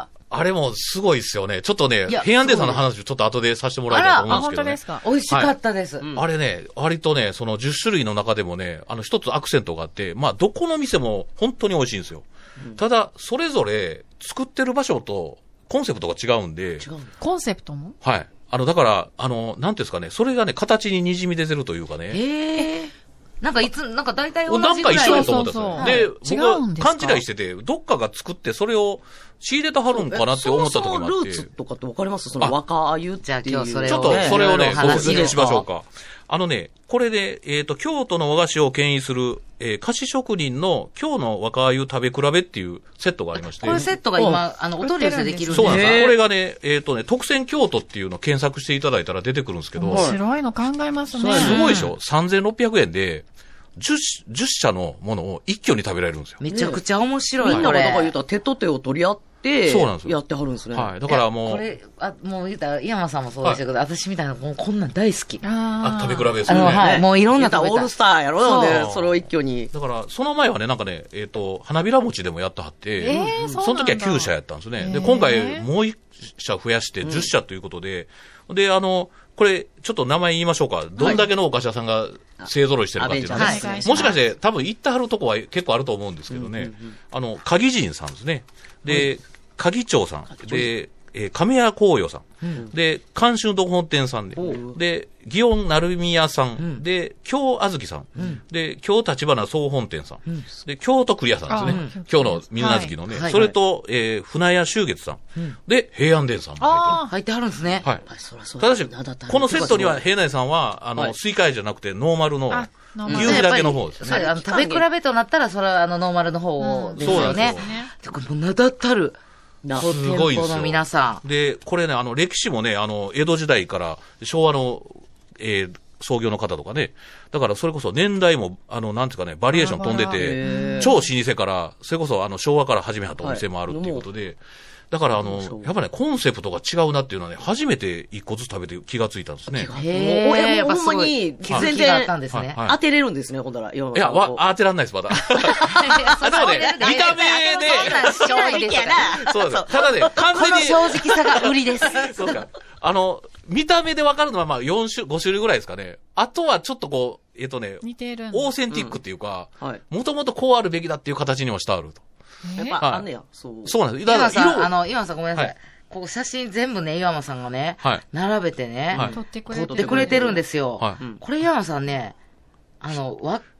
あれもすごいですよね。ちょっとね、平安殿さんの話をちょっと後でさせてもらいたいと思うんですけどね。 本当ですか？ 美味しかったです。 あれね、割とね、その10種類の中でもね、一つアクセントがあって、まあ、どこの店も本当に美味しいんですよ。ただ、それぞれ作ってる場所とコンセプトが違うんで。 コンセプトも？ はい。だから、なんていうんですかね、それがね、形に滲み出てるというかね。 なんか大体同じぐらい。 なんか一緒だと思ったんですよ。で、僕は勘違いしてて、どっかが作ってそれを仕入れてはるんかなって思った時もあって。 ルーツとかってわかります？その若湯っていう。 じゃあ今日それを。 ちょっとそれをね、ご説明しましょうか。これで、京都の和菓子を牽引する、菓子職人の今日の若湯食べ比べっていうセットがありまして。 これセットが今、お取り寄せできるんです。 そうなんです。これがね、特選京都っていうのを検索していただいたら出てくるんですけど。 面白いの考えますね。 すごいでしょ？ 3600 円で、10社のものを一挙に食べられるんですよ。 めちゃくちゃ面白い。 みんながだから言うたら手と手を取り合って、 そうなんですよ。 やってはるんですね。 はい。だからもう。 これ、もう言うたら、井山さんもそうでしたけど、私みたいな、もうこんなん大好き。 食べ比べですよね。 はい。もういろんな食べオールスターやろで、それを一挙に。 だから、その前はね、なんかね、花びら餅でもやってはって、その時は9社やったんですね。で、今回もう1社増やして10社ということで、で、これ、ちょっと名前言いましょうか。どんだけのお菓子屋さんが勢揃いしてるかっていうのはね。もしかして多分行ってはるとこは結構あると思うんですけどね。鍵人さんですね。で、鍵長さん。で、亀屋紅葉さん。で、監修堂本店さんで。で、祇園成宮さん。で、京あずきさん。で、京立花総本店さん。で、京都クリアさんですね。今日の水無月のね。それと、船屋秋月さん。で、平安殿さんも入ってはるんですね。 はい。ただし、このセットには平安殿さんは、スイカイじゃなくてノーマルの、牛皮だけの方ですね。 食べ比べとなったら、それはノーマルの方ですよね。そうなんですよ。もう名だたる。 すごいですよ。 皆さん。で、これね、歴史もね、江戸時代から昭和の、創業の方とかね。だからそれこそ年代も、なんていうかね、バリエーション飛んでて、超老舗から、それこそ昭和から始めはったお店もあるっていうことで、だからやっぱね、コンセプトが違うなっていうのはね、初めて一個ずつ食べて気がついたんですね。 へぇー。ほんまに、全然、当てれるんですね、ほんだら。 いや、当てらんないです、まだ。でもね、見た目で、 正直やな。 そうです。ただね、完全に。 この正直さが売りです。 そうか。見た目でわかるのはまあ5種類ぐらいですかね。あとはちょっとこう、 似てるオーセンティックっていうか、もともとこうあるべきだっていう形にもしてあると。 やっぱ、あんねや。そうなんです。 岩間さんごめんなさい。ここ写真全部ね、岩間さんがね、並べてね、撮ってくれてるんですよ。これ岩間さんね、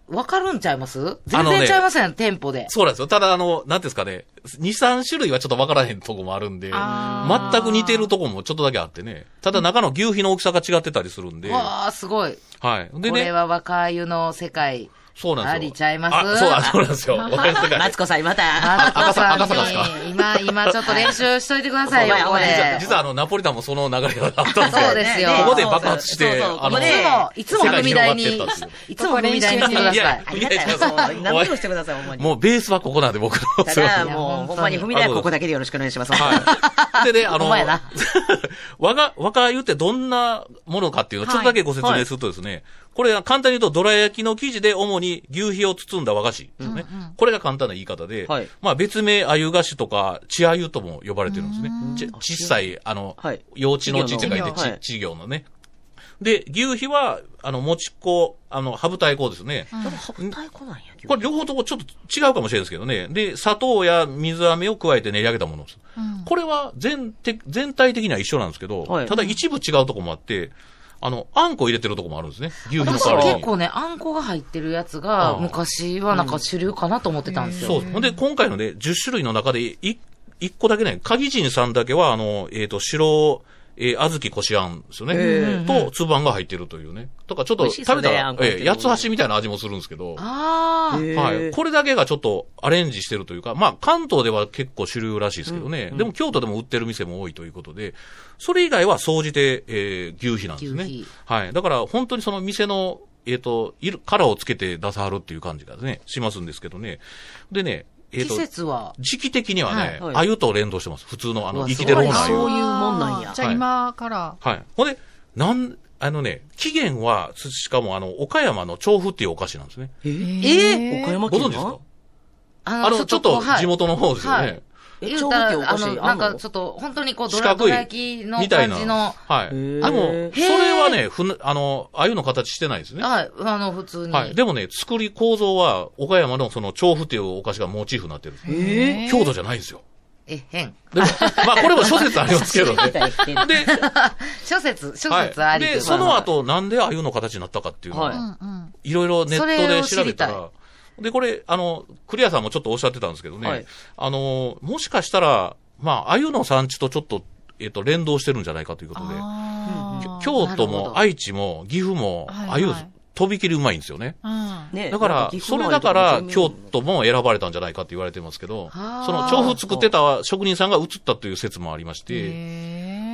わかるんちゃいます？全然ちゃいません、店舗で。 そうなんですよ。ただなんていうんですかね、2、3種類はちょっとわからへんとこもあるんで、全く似てるとこもちょっとだけあってね。ただ中の牛皮の大きさが違ってたりするんで。 わー、すごい。 はい。でね。 これは若湯の世界。 そうなんですよ。 ありちゃいます。 そうなんですよ。若湯の世界。 マツコさん、また。 赤坂ですか？ 今ちょっと練習しといてくださいよ、これ。 実はナポリタンもその流れがあったんですよ。 そうですよ。 ここで爆発して、 いつも踏み台に、いつも踏み台にしてください。 ありがたい。何でもしてください、ほんまに。 もうベースはここなんで、僕の。 ただ、もう、ほんまに踏み台はここだけでよろしくお願いします。 はい。でね、 ほんまやな。 若湯ってどんなものかっていうのをちょっとだけご説明するとですね、これは簡単に言うと、どら焼きの生地で主に牛皮を包んだ和菓子ですね。これが簡単な言い方で、まあ別名、鮎菓子とか、血鮎とも呼ばれてるんですね。小さい、幼稚の血って書いて、稚魚のね。で、牛皮は、もち粉、羽二重粉ですね。 羽二重粉なんや、 これ両方ともちょっと違うかもしれないですけどね。で、砂糖や水飴を加えて練り上げたものです。これは全体的には一緒なんですけど、ただ一部違うとこもあって、あんこ入れてるとこもあるんですね。牛皮の代わりに。 結構ね、あんこが入ってるやつが、昔はなんか主流かなと思ってたんですよ。 そう。ほんで、今回のね、10種類の中で1個だけね、鍵人さんだけは、白、小豆こしあんですよね。と、つばんが入ってるというね。とか、ちょっと食べたら、八つ橋みたいな味もするんですけど。はい。これだけがちょっとアレンジしてるというか、まあ、関東では結構主流らしいですけどね。でも、京都でも売ってる店も多いということで、それ以外は総じて、牛皮なんですね。はい。だから、本当にその店の、カラーをつけて出さはるっていう感じがね、しますんですけどね。でね、 季節は時期的にはね、鮎と連動してます。普通の生きてる方の鮎。 そういうもんなんや。 じゃあ今から。 はい。ほんで、起源は、しかも岡山の調布っていうお菓子なんですね。 岡山県ご存知ですか？ちょっと地元の方ですよね。 言うたら、なんかちょっと、本当にこう、どら焼きの感じの。 はい。でも、それはね、鮎の形してないですね。 はい。普通に。 はい。でもね、作り構造は、岡山のその調布っていうお菓子がモチーフになってるんです。京都じゃないんですよ。 変。 でも、まあ、これも諸説ありますけどね。で、 諸説あり。 で、その後、なんで鮎の形になったかっていうのは、いろいろネットで調べたら、で、これ、クリアさんもちょっとおっしゃってたんですけどね、もしかしたら、まあ、鮎の産地とちょっと、連動してるんじゃないかということで、京都も愛知も岐阜も鮎、とびきりうまいんですよね。だから、それだから京都も選ばれたんじゃないかって言われてますけど、その調布作ってた職人さんが移ったという説もありまして、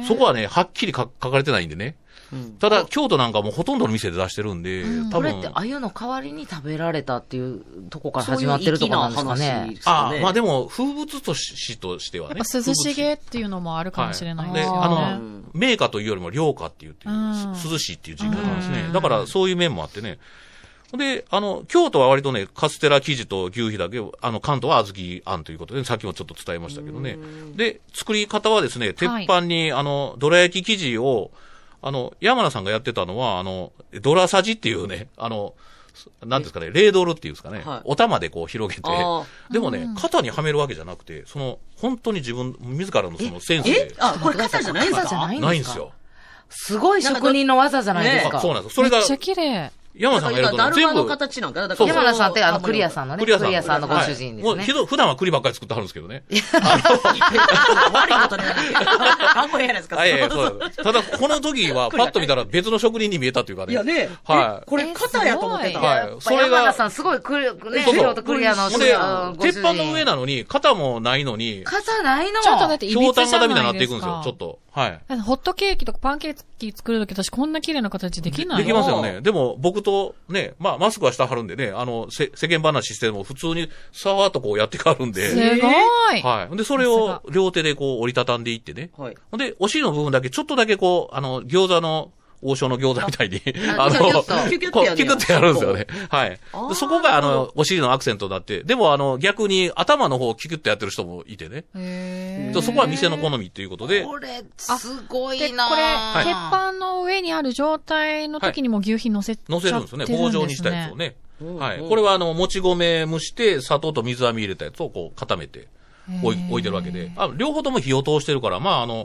そこはね、はっきり書かれてないんでね。ただ、京都なんかもほとんどの店で出してるんで、 多分。これって鮎の代わりに食べられたっていうとこから始まってるとこなんですかね。 まあでも、風物詩としてはね。 やっぱ涼しげっていうのもあるかもしれないですね。 名家というよりも良家っていう、涼しいっていう字がなんですね。だから、そういう面もあってね。で、京都は割とね、カステラ生地と牛皮だけ、関東は小豆あんということで、さっきもちょっと伝えましたけどね。で、作り方はですね、鉄板に、どら焼き生地を、山名さんがやってたのは、ドラサジっていうね、なんですかね、レードルっていうんですかね、お玉でこう広げて、でもね、肩にはめるわけじゃなくて、本当に自らのそのセンスで。 これ肩じゃないんですか？ ないんですよ。 すごい職人の技じゃないですか。 そうなんです。それが。 めっちゃ綺麗。 山名さんがやると全部。形なんかだから山名さんってクリアさんのね。クリアさんのご主人ですね。 普段は栗ばっかり作ってはるんですけどね。 悪いことになる。あんまりやないですか。 ただ、この時はパッと見たら別の職人に見えたというかね。 いやね。 はい。 これ肩やと思ってた。 はい。それが。 山名さんすごいクリアの鉄板の上なのに、肩もないのに。 肩ないの？ ちょっとだっていびつじゃないですか。 ひょうたん型みたいになっていくんですよ、ちょっと。はい。 ホットケーキとかパンケーキ作るとき私こんな綺麗な形できない。 できますよね。でも僕とね、まあマスクはしてはるんでね、世間話しても普通にさーっとこうやってかるんで。 すごい。 はい。で、それを両手でこう折りたたんでいってね。はい。で、お尻の部分だけちょっとだけこう、餃子の、王将の餃子みたいに、キュクってやるんですよね。はい。そこがお尻のアクセントになって、でも逆に頭の方をキュクってやってる人もいてね。そこは店の好みっていうことで。 これ、すごいなこれ、鉄板の上にある状態の時にも牛皮乗せるんですよね。棒状にしたやつをね。はい。これはもち米蒸して、砂糖と水飴入れたやつをこう固めて置いてるわけで。両方とも火を通してるから、まあ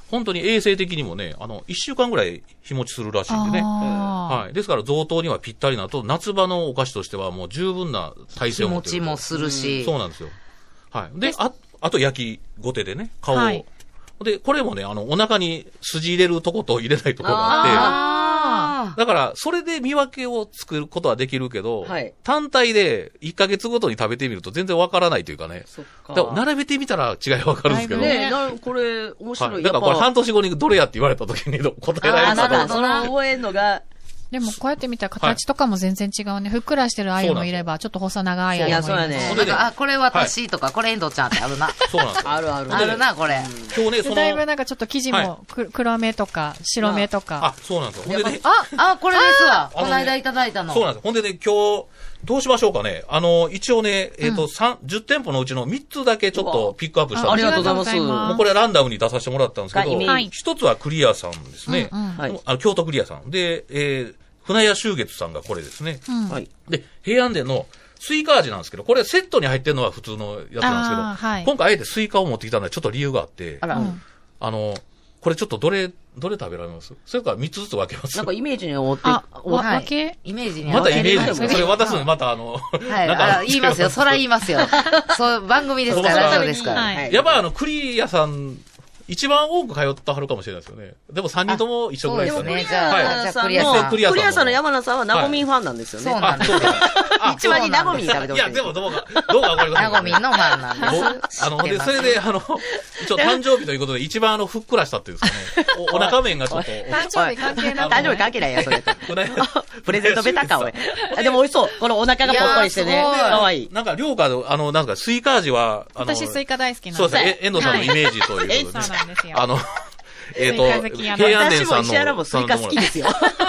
本当に衛生的にもね、1週間ぐらい日持ちするらしいんでね。はい。ですから贈答にはぴったりなと、夏場のお菓子としてはもう十分な体制を持ってる。 日持ちもするし。 そうなんですよ。はい。で、あと焼きごてでね、顔を。はい、で、これもね、お腹に筋入れるとこと入れないとこがあって、だから、それで見分けを作ることはできるけど、はい、単体で1ヶ月ごとに食べてみると全然わからないというかね。そっか。だから並べてみたら違いわかるんですけど。 ね、これ、面白い。 はい、だからこれ半年後にどれやって言われた時に答えられるかどうか。 その覚えるのが、 でもこうやって見たら形とかも全然違うね。ふっくらしてる鮎もいれば、ちょっと細長い鮎もいる。いや、そうやね。 これ私とか、これ遠藤ちゃんってあるな。 そうなんですよ。 ある。 あるな、これ。 今日ね、 だいぶなんかちょっと生地も黒目とか白目とか。 そうなんですよ。ほんでね。 これですわ。この間いただいたの。 そうなんですよ。ほんでね、今日、どうしましょうかね。一応ね、10店舗のうちの3つだけちょっとピックアップしたんです。 ありがとうございます。 もうこれはランダムに出させてもらったんですけど、一つはクリアさんですね。京都クリアさん。で、船屋秋月さんがこれですね。はい。で、平安殿のスイカ味なんですけど、これセットに入ってるのは普通のやつなんですけど、今回あえてスイカを持ってきたのはちょっと理由があって、これちょっとどれ食べられます？それから3つずつ分けます。 なんかイメージに追って、 分けイメージにまたイメージそれ渡すのにまたはい。言いますよ。そら言いますよ。そう、番組ですから、ラジオですから。 やっぱクリアさん、一番多く通ってはるかもしれないですよね。でも3人とも一緒ぐらいですよね。 そうですね。じゃあ、クリアさん。 クリアさんの山名さんはナゴミンファンなんですよね。 そうなんですよ。 一番にナゴミン食べてほしい。 いや、でもどうかわかりません。 ナゴミンのファンなんです。それで、一応誕生日ということで一番ふっくらしたっていうんですかね。お腹面がちょっと。 誕生日関係ない。 誕生日関係ないや、それと。プレゼントベタか、おい。でも美味しそう。このお腹がぽっこりしてね。かわいい。 なんか、量が、なんか、スイカ味は、 私スイカ大好きなんで。 そうですね。遠藤さんのイメージということで。 そうなんですよ。 平安殿さんの。 私も石原もスイカ好きですよ。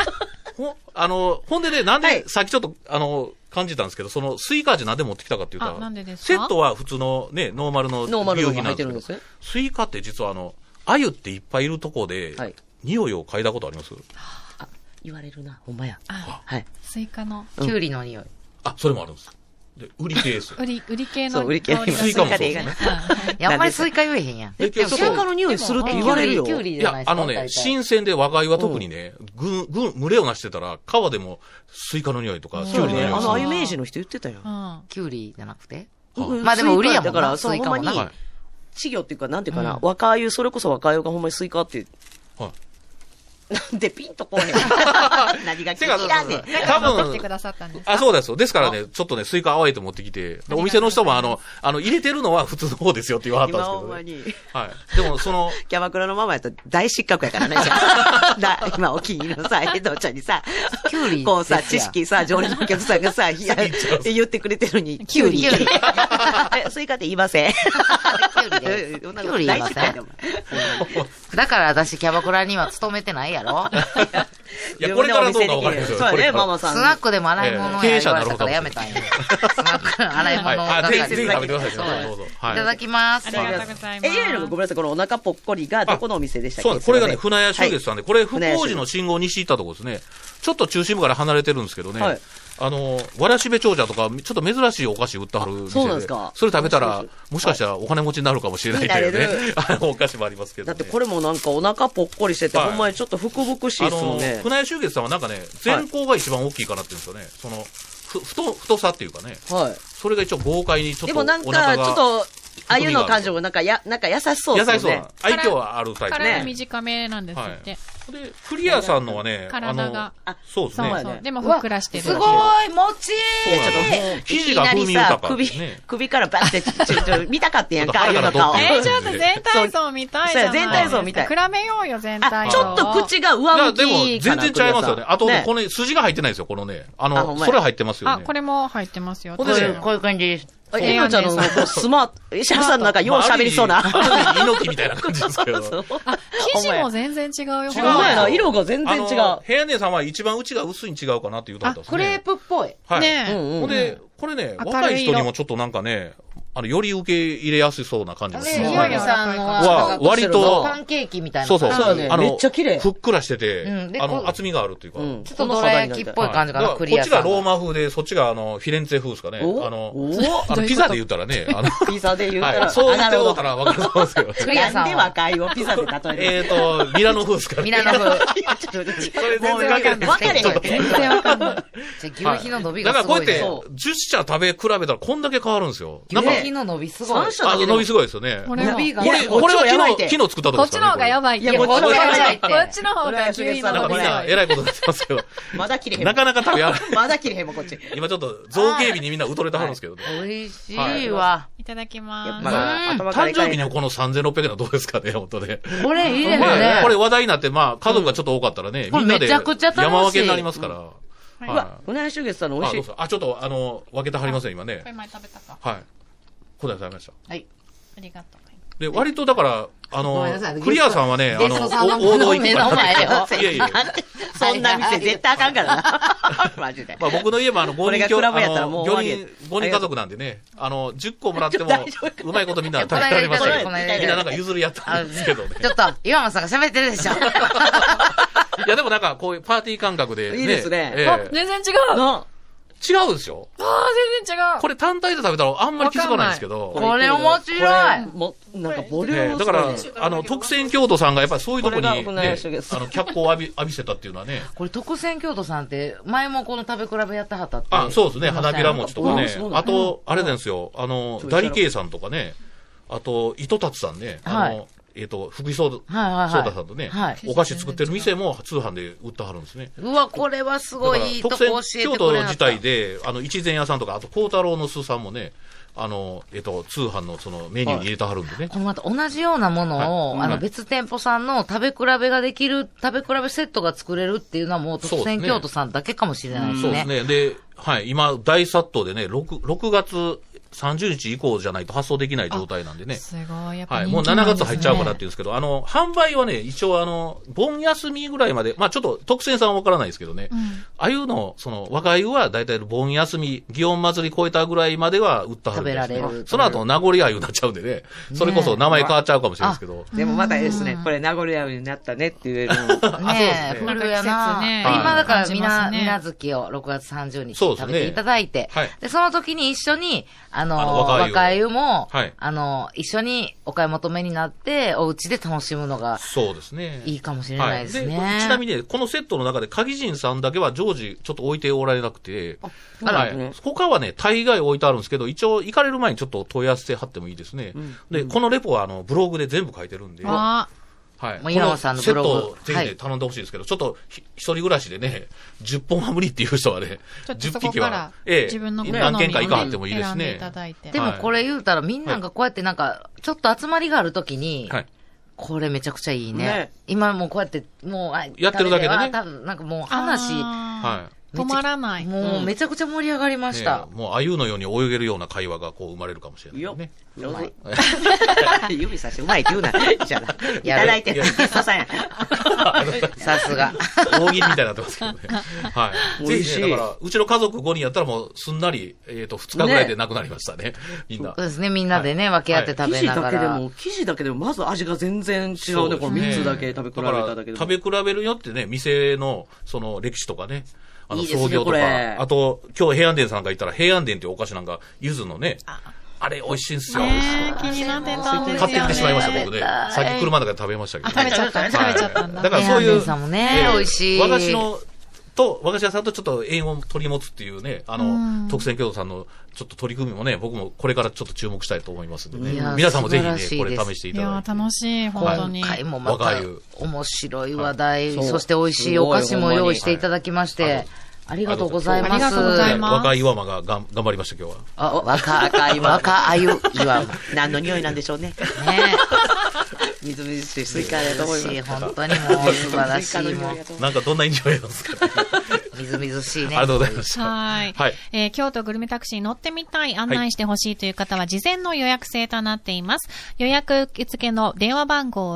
ほんでね、なんで、さっきちょっと、感じたんですけど、そのスイカ味なんで持ってきたかっていうと、セットは普通のね、ノーマルの美容品なんですけど、スイカって実は鮎っていっぱいいるとこで、匂いを嗅いだことあります？ 言われるな、ほんまや。 はい。スイカの。 キュウリの匂い。 それもあるんです。で、売り系です。 売り系の。 売り系の。 スイカもそうですね。 あんまりスイカ言えへんやん。 スイカの匂いするって言われるよ。 いや、新鮮で若鮎は特にね、群れをなしてたら、皮でもスイカの匂いとか、キュウリの匂い。 鮎名人の人言ってたよ。 キュウリじゃなくてまあでも売りやもんな。 スイカもな。稚魚っていうか、なんていうかな、若鮎、それこそ若鮎がほんまにスイカって。なんでピンとこうへん。何が気に入らんねん。 多分。 持ってくださったんですか？ そうです。ですからね、ちょっとね、スイカあえて持ってきて、お店の人も入れてるのは普通の方ですよって言わはったんですけど、ね。はい。でもキャバクラのママやと大失格やからね。今お気に入りのさ、江戸ちゃんにさ、 キュウリ。 こうさ、知識さ、常連のお客さんがさ、言ってくれてるのに、キュウリ。スイカって言いません。 キュウリです。キュウリ言いません。だから私キャバクラには勤めてないやろ。 いや、これからどうかわかんないですよ。 そうね、ママさん。 スナックでも洗い物やりましたからやめたんや。スナック洗い物が。 ぜひ食べてください。どうぞ。 いただきます。 ありがとうございます。 ごめんなさい、このお腹ぽっこりがどこのお店でしたっけ？ そうです。これがね、船屋秋月さんで、これ福王寺の信号西行ったとこですね。ちょっと中心部から離れてるんですけどね。わらしべ長者とか、ちょっと珍しいお菓子売ってはる店で。 そうなんですか。 それ食べたら、もしかしたらお金持ちになるかもしれないというね。お菓子もありますけど。 だってこれもなんかお腹ぽっこりしてて、ほんまにちょっとふくぶくしいですもんね。 船屋秋月さんはなんかね、前方が一番大きいかなって言うんですよね。太さっていうかね。はい。それが一応豪快にちょっとお腹が。でもなんか、ちょっと、鮎の感情もなんか優しそうですね。 優しそうな。愛嬌はあるタイプね。体短めなんですって。 で、クリアさんのはね、 体が。 そうですね。 でもふっくらしてる。 すごい、もちいや、ちょっと、 生地が風味豊か。 首からバッて、見たかってんやんか、鮎の顔。 ちょっと全体像見たいじゃない。 全体像見たい。 比べようよ、全体像。ちょっと口が上向き。 でも、全然違いますよね。あと、この筋が入ってないですよ、このね。それ入ってますよね。 これも入ってますよ。 こういう感じです。 エミちゃんのスマート、石原さんのなんかよう喋りそうな。 猪木みたいな感じですけど。 生地も全然違うよ。 違うな、色が全然違う。 平安姉さんは一番内が薄いに違うかなっていうところですね。 クレープっぽい。 はい。ほんで、これね、若い人にもちょっとなんかね、 より受け入れやすそうな感じがする。 岩木さんのは、割と、 パンケーキみたいな。 そうそう。 めっちゃ綺麗。 ふっくらしてて、厚みがあるっていうか。 ちょっとどら焼きっぽい感じかな、クリアさん。 こっちがローマ風で、そっちがフィレンツェ風ですかね。ピザで言ったらね、 ピザで言ったら。 そう言ってもうたら分かると思うんですけど。 クリアさん。なんで和解をピザで例えるミラノ風ですかね。 ミラノ風。 それ全然分かんない。 全然わかんない。 じゃあ牛皮の伸びがすごいね。 だからこうやって10社食べ比べたらこんだけ変わるんですよ。 牛皮の伸びすごい。 伸びすごいですよね。 これは昨日作ったとここっちの方がやばい。 いや、こっちの方がやばいって。 こっちの方が牛皮の伸びみんな偉いことになってますけど。 まだ切れへん。 なかなか食べやらない。 まだ切れへんもん、こっち。 今ちょっと造形美にみんな疎れてはるんですけどね。 美味しいわ。 いただきます。 誕生日にこの3600円はどうですかね、本当ね。 これいいですね。 これ話題になって、まあ、家族がちょっと多かったらね、みんなで山分けになりますから。 うわ、うなぎしゅうげつさんの美味しい。 ちょっと、分けてはりますね、今ね。 これ前食べたか。 はい。答え食べました。 はい。 ありがとう。 で、割とだから、クリアさんはね、王道行くから。いやいや。 そんな店絶対あかんからな。マジで。 まあ僕の家も5人家族なんでね、10個もらっても、うまいことみんな食べられますけど、みんななんか譲り合ったんですけどね。 ちょっと、岩間さんが喋ってるでしょ。 いやでもなんかこういうパーティー感覚でね。 いいですね。 全然違う。 違うんですよ。 全然違う。 これ単体で食べたらあんまり気づかないんですけど。 これ面白い。 なんかボリュームだから、特選京都さんがやっぱりそういうとこにね、脚光を浴びせたっていうのはね。 これ特選京都さんって、前もこの食べ比べやってはったって。 そうですね。花びら餅とかね。あと、あれなんですよ。大慶さんとかね。あと、糸達さんね。福井ソーダさんとね、お菓子作ってる店も通販で売ってはるんですね。 うわ、これはすごいいいとこ教えてくれはった。 京都自体で、一膳屋さんとか、あと、孝太郎の巣さんもね、通販のそのメニューに入れてはるんでね。 このまた同じようなものを、別店舗さんの食べ比べができる、食べ比べセットが作れるっていうのはもう特選京都さんだけかもしれないですね。 そうですね。で、はい、今、大殺到でね、6月、30日以降じゃないと発送できない状態なんでね。 すごい。やっぱはい。もう7月入っちゃうからって言うんですけど、販売はね、一応盆休みぐらいまで、まあちょっと特選さんはわからないですけどね。ああいうの、若いはだいたい盆休み、祇園祭り超えたぐらいまでは売ったはるんですけど、その後名残鮎になっちゃうんでね。それこそ名前変わっちゃうかもしれないですけど。 でもまたですね、これ名残鮎になったねって言える。 ねえ、古やな。今だからみなずきを6月30日に食べていただいて、で、その時に一緒に、若い湯も、一緒にお買い求めになって、お家で楽しむのが、そうですね。いいかもしれないですね。 ちなみにね、このセットの中で、鍵人さんだけは常時ちょっと置いておられなくて、他はね、大概置いてあるんですけど、一応行かれる前にちょっと問い合わせてはってもいいですね。で、このレポはブログで全部書いてるんで、はい。 岩間さんのブログ。 このセットをぜひね、頼んでほしいですけど、ちょっと一人暮らしでね、10本は無理っていう人はね、10匹は、何件か行かはってもいいですね。 でもこれ言うたらみんながこうやってなんか、ちょっと集まりがあるときに、これめちゃくちゃいいね。今もうこうやって、もう、 やってるだけでね。 多分なんかもう話、 止まらない。 もうめちゃくちゃ盛り上がりました。 もう鮎のように泳げるような会話がこう生まれるかもしれないね。 うまい。指さしてうまいって言うな。じゃあ、いただいてる。ゲストさんや。 さすが。 大喜利みたいになってますけどね。はい。ぜひね、だから、うちの家族5人やったらもうすんなり、2日ぐらいでなくなりましたね。みんな。 そうですね、みんなでね、分け合って食べながら。 生地だけでも、まず味が全然違うね。この3つだけ食べ比べただけで。 食べ比べるよってね、店のその歴史とかね。創業とか、あと、今日平安殿さんがいたら、平安殿っていうお菓子なんか、柚子のね、あれ美味しいんですよ。 気になってたんですよ。 買ってきてしまいました、僕ね。さっき車の中で食べましたけど。 食べちゃったんだ。 だからそういう、 さんもね、美味しい。 和菓子屋さんとちょっと縁を取り持つっていうね、特選京都さんのちょっと取り組みもね、僕もこれからちょっと注目したいと思いますんでね。皆さんもぜひね、これ試していただいて。 いや、楽しい、本当に。 今回もまた面白い話題、そして美味しいお菓子も用意していただきまして、ありがとうございます。ありがとうございます。 若い岩間が頑張りました、今日は。 若い岩間。 何の匂いなんでしょうね。ねみずみずしいスイカだと思います。 本当にもう素晴らしいもん。 なんかどんな印象なんですかね。 みずみずしいね。 ありがとうございました。 はい。京都グルメタクシーに乗ってみたい、案内してほしいという方は、事前の予約制となっています。予約受付の電話番号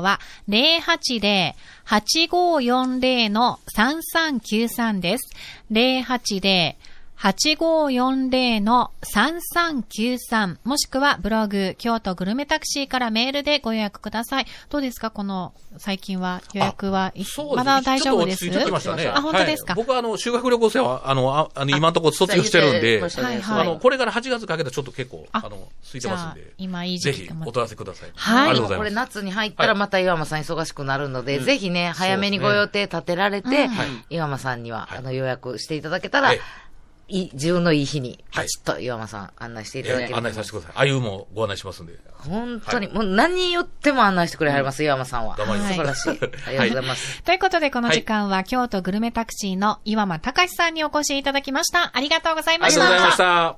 は、080-8540-3393です。080-8540-3393 8540-3393もしくはブログ京都グルメタクシーからメールでご予約ください。どうですかこの最近は予約はまだ大丈夫です？ ちょっと落ち着いてきましたね。 あ、本当ですか？ はい、僕は修学旅行生は今のところ卒業してるんで、これから8月かけてちょっと結構空いてますんで、 今いい時期ぜひお問い合わせください。 はい。ありがとうございます。これ夏に入ったらまた岩間さん忙しくなるので、ぜひね、早めにご予定立てられて、岩間さんには予約していただけたら、自分のいい日に、パチッと岩間さん案内していただければ、 案内させてください。あゆもご案内しますんで。 本当に、もう何によっても案内してくれはります、岩間さんは。 頑張ります。 素晴らしい。ありがとうございます。 ということで、この時間は、京都グルメタクシーの岩間隆さんにお越しいただきました。ありがとうございました。 ありがとうございま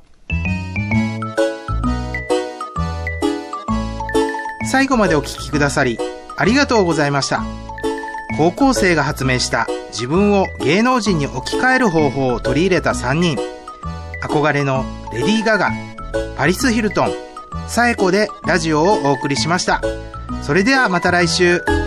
した。最後までお聞きくださり、ありがとうございました。高校生が発明した自分を芸能人に置き換える方法を取り入れた3人。憧れのレディー・ガガ、パリス・ヒルトン、サエコでラジオをお送りしました。それではまた来週。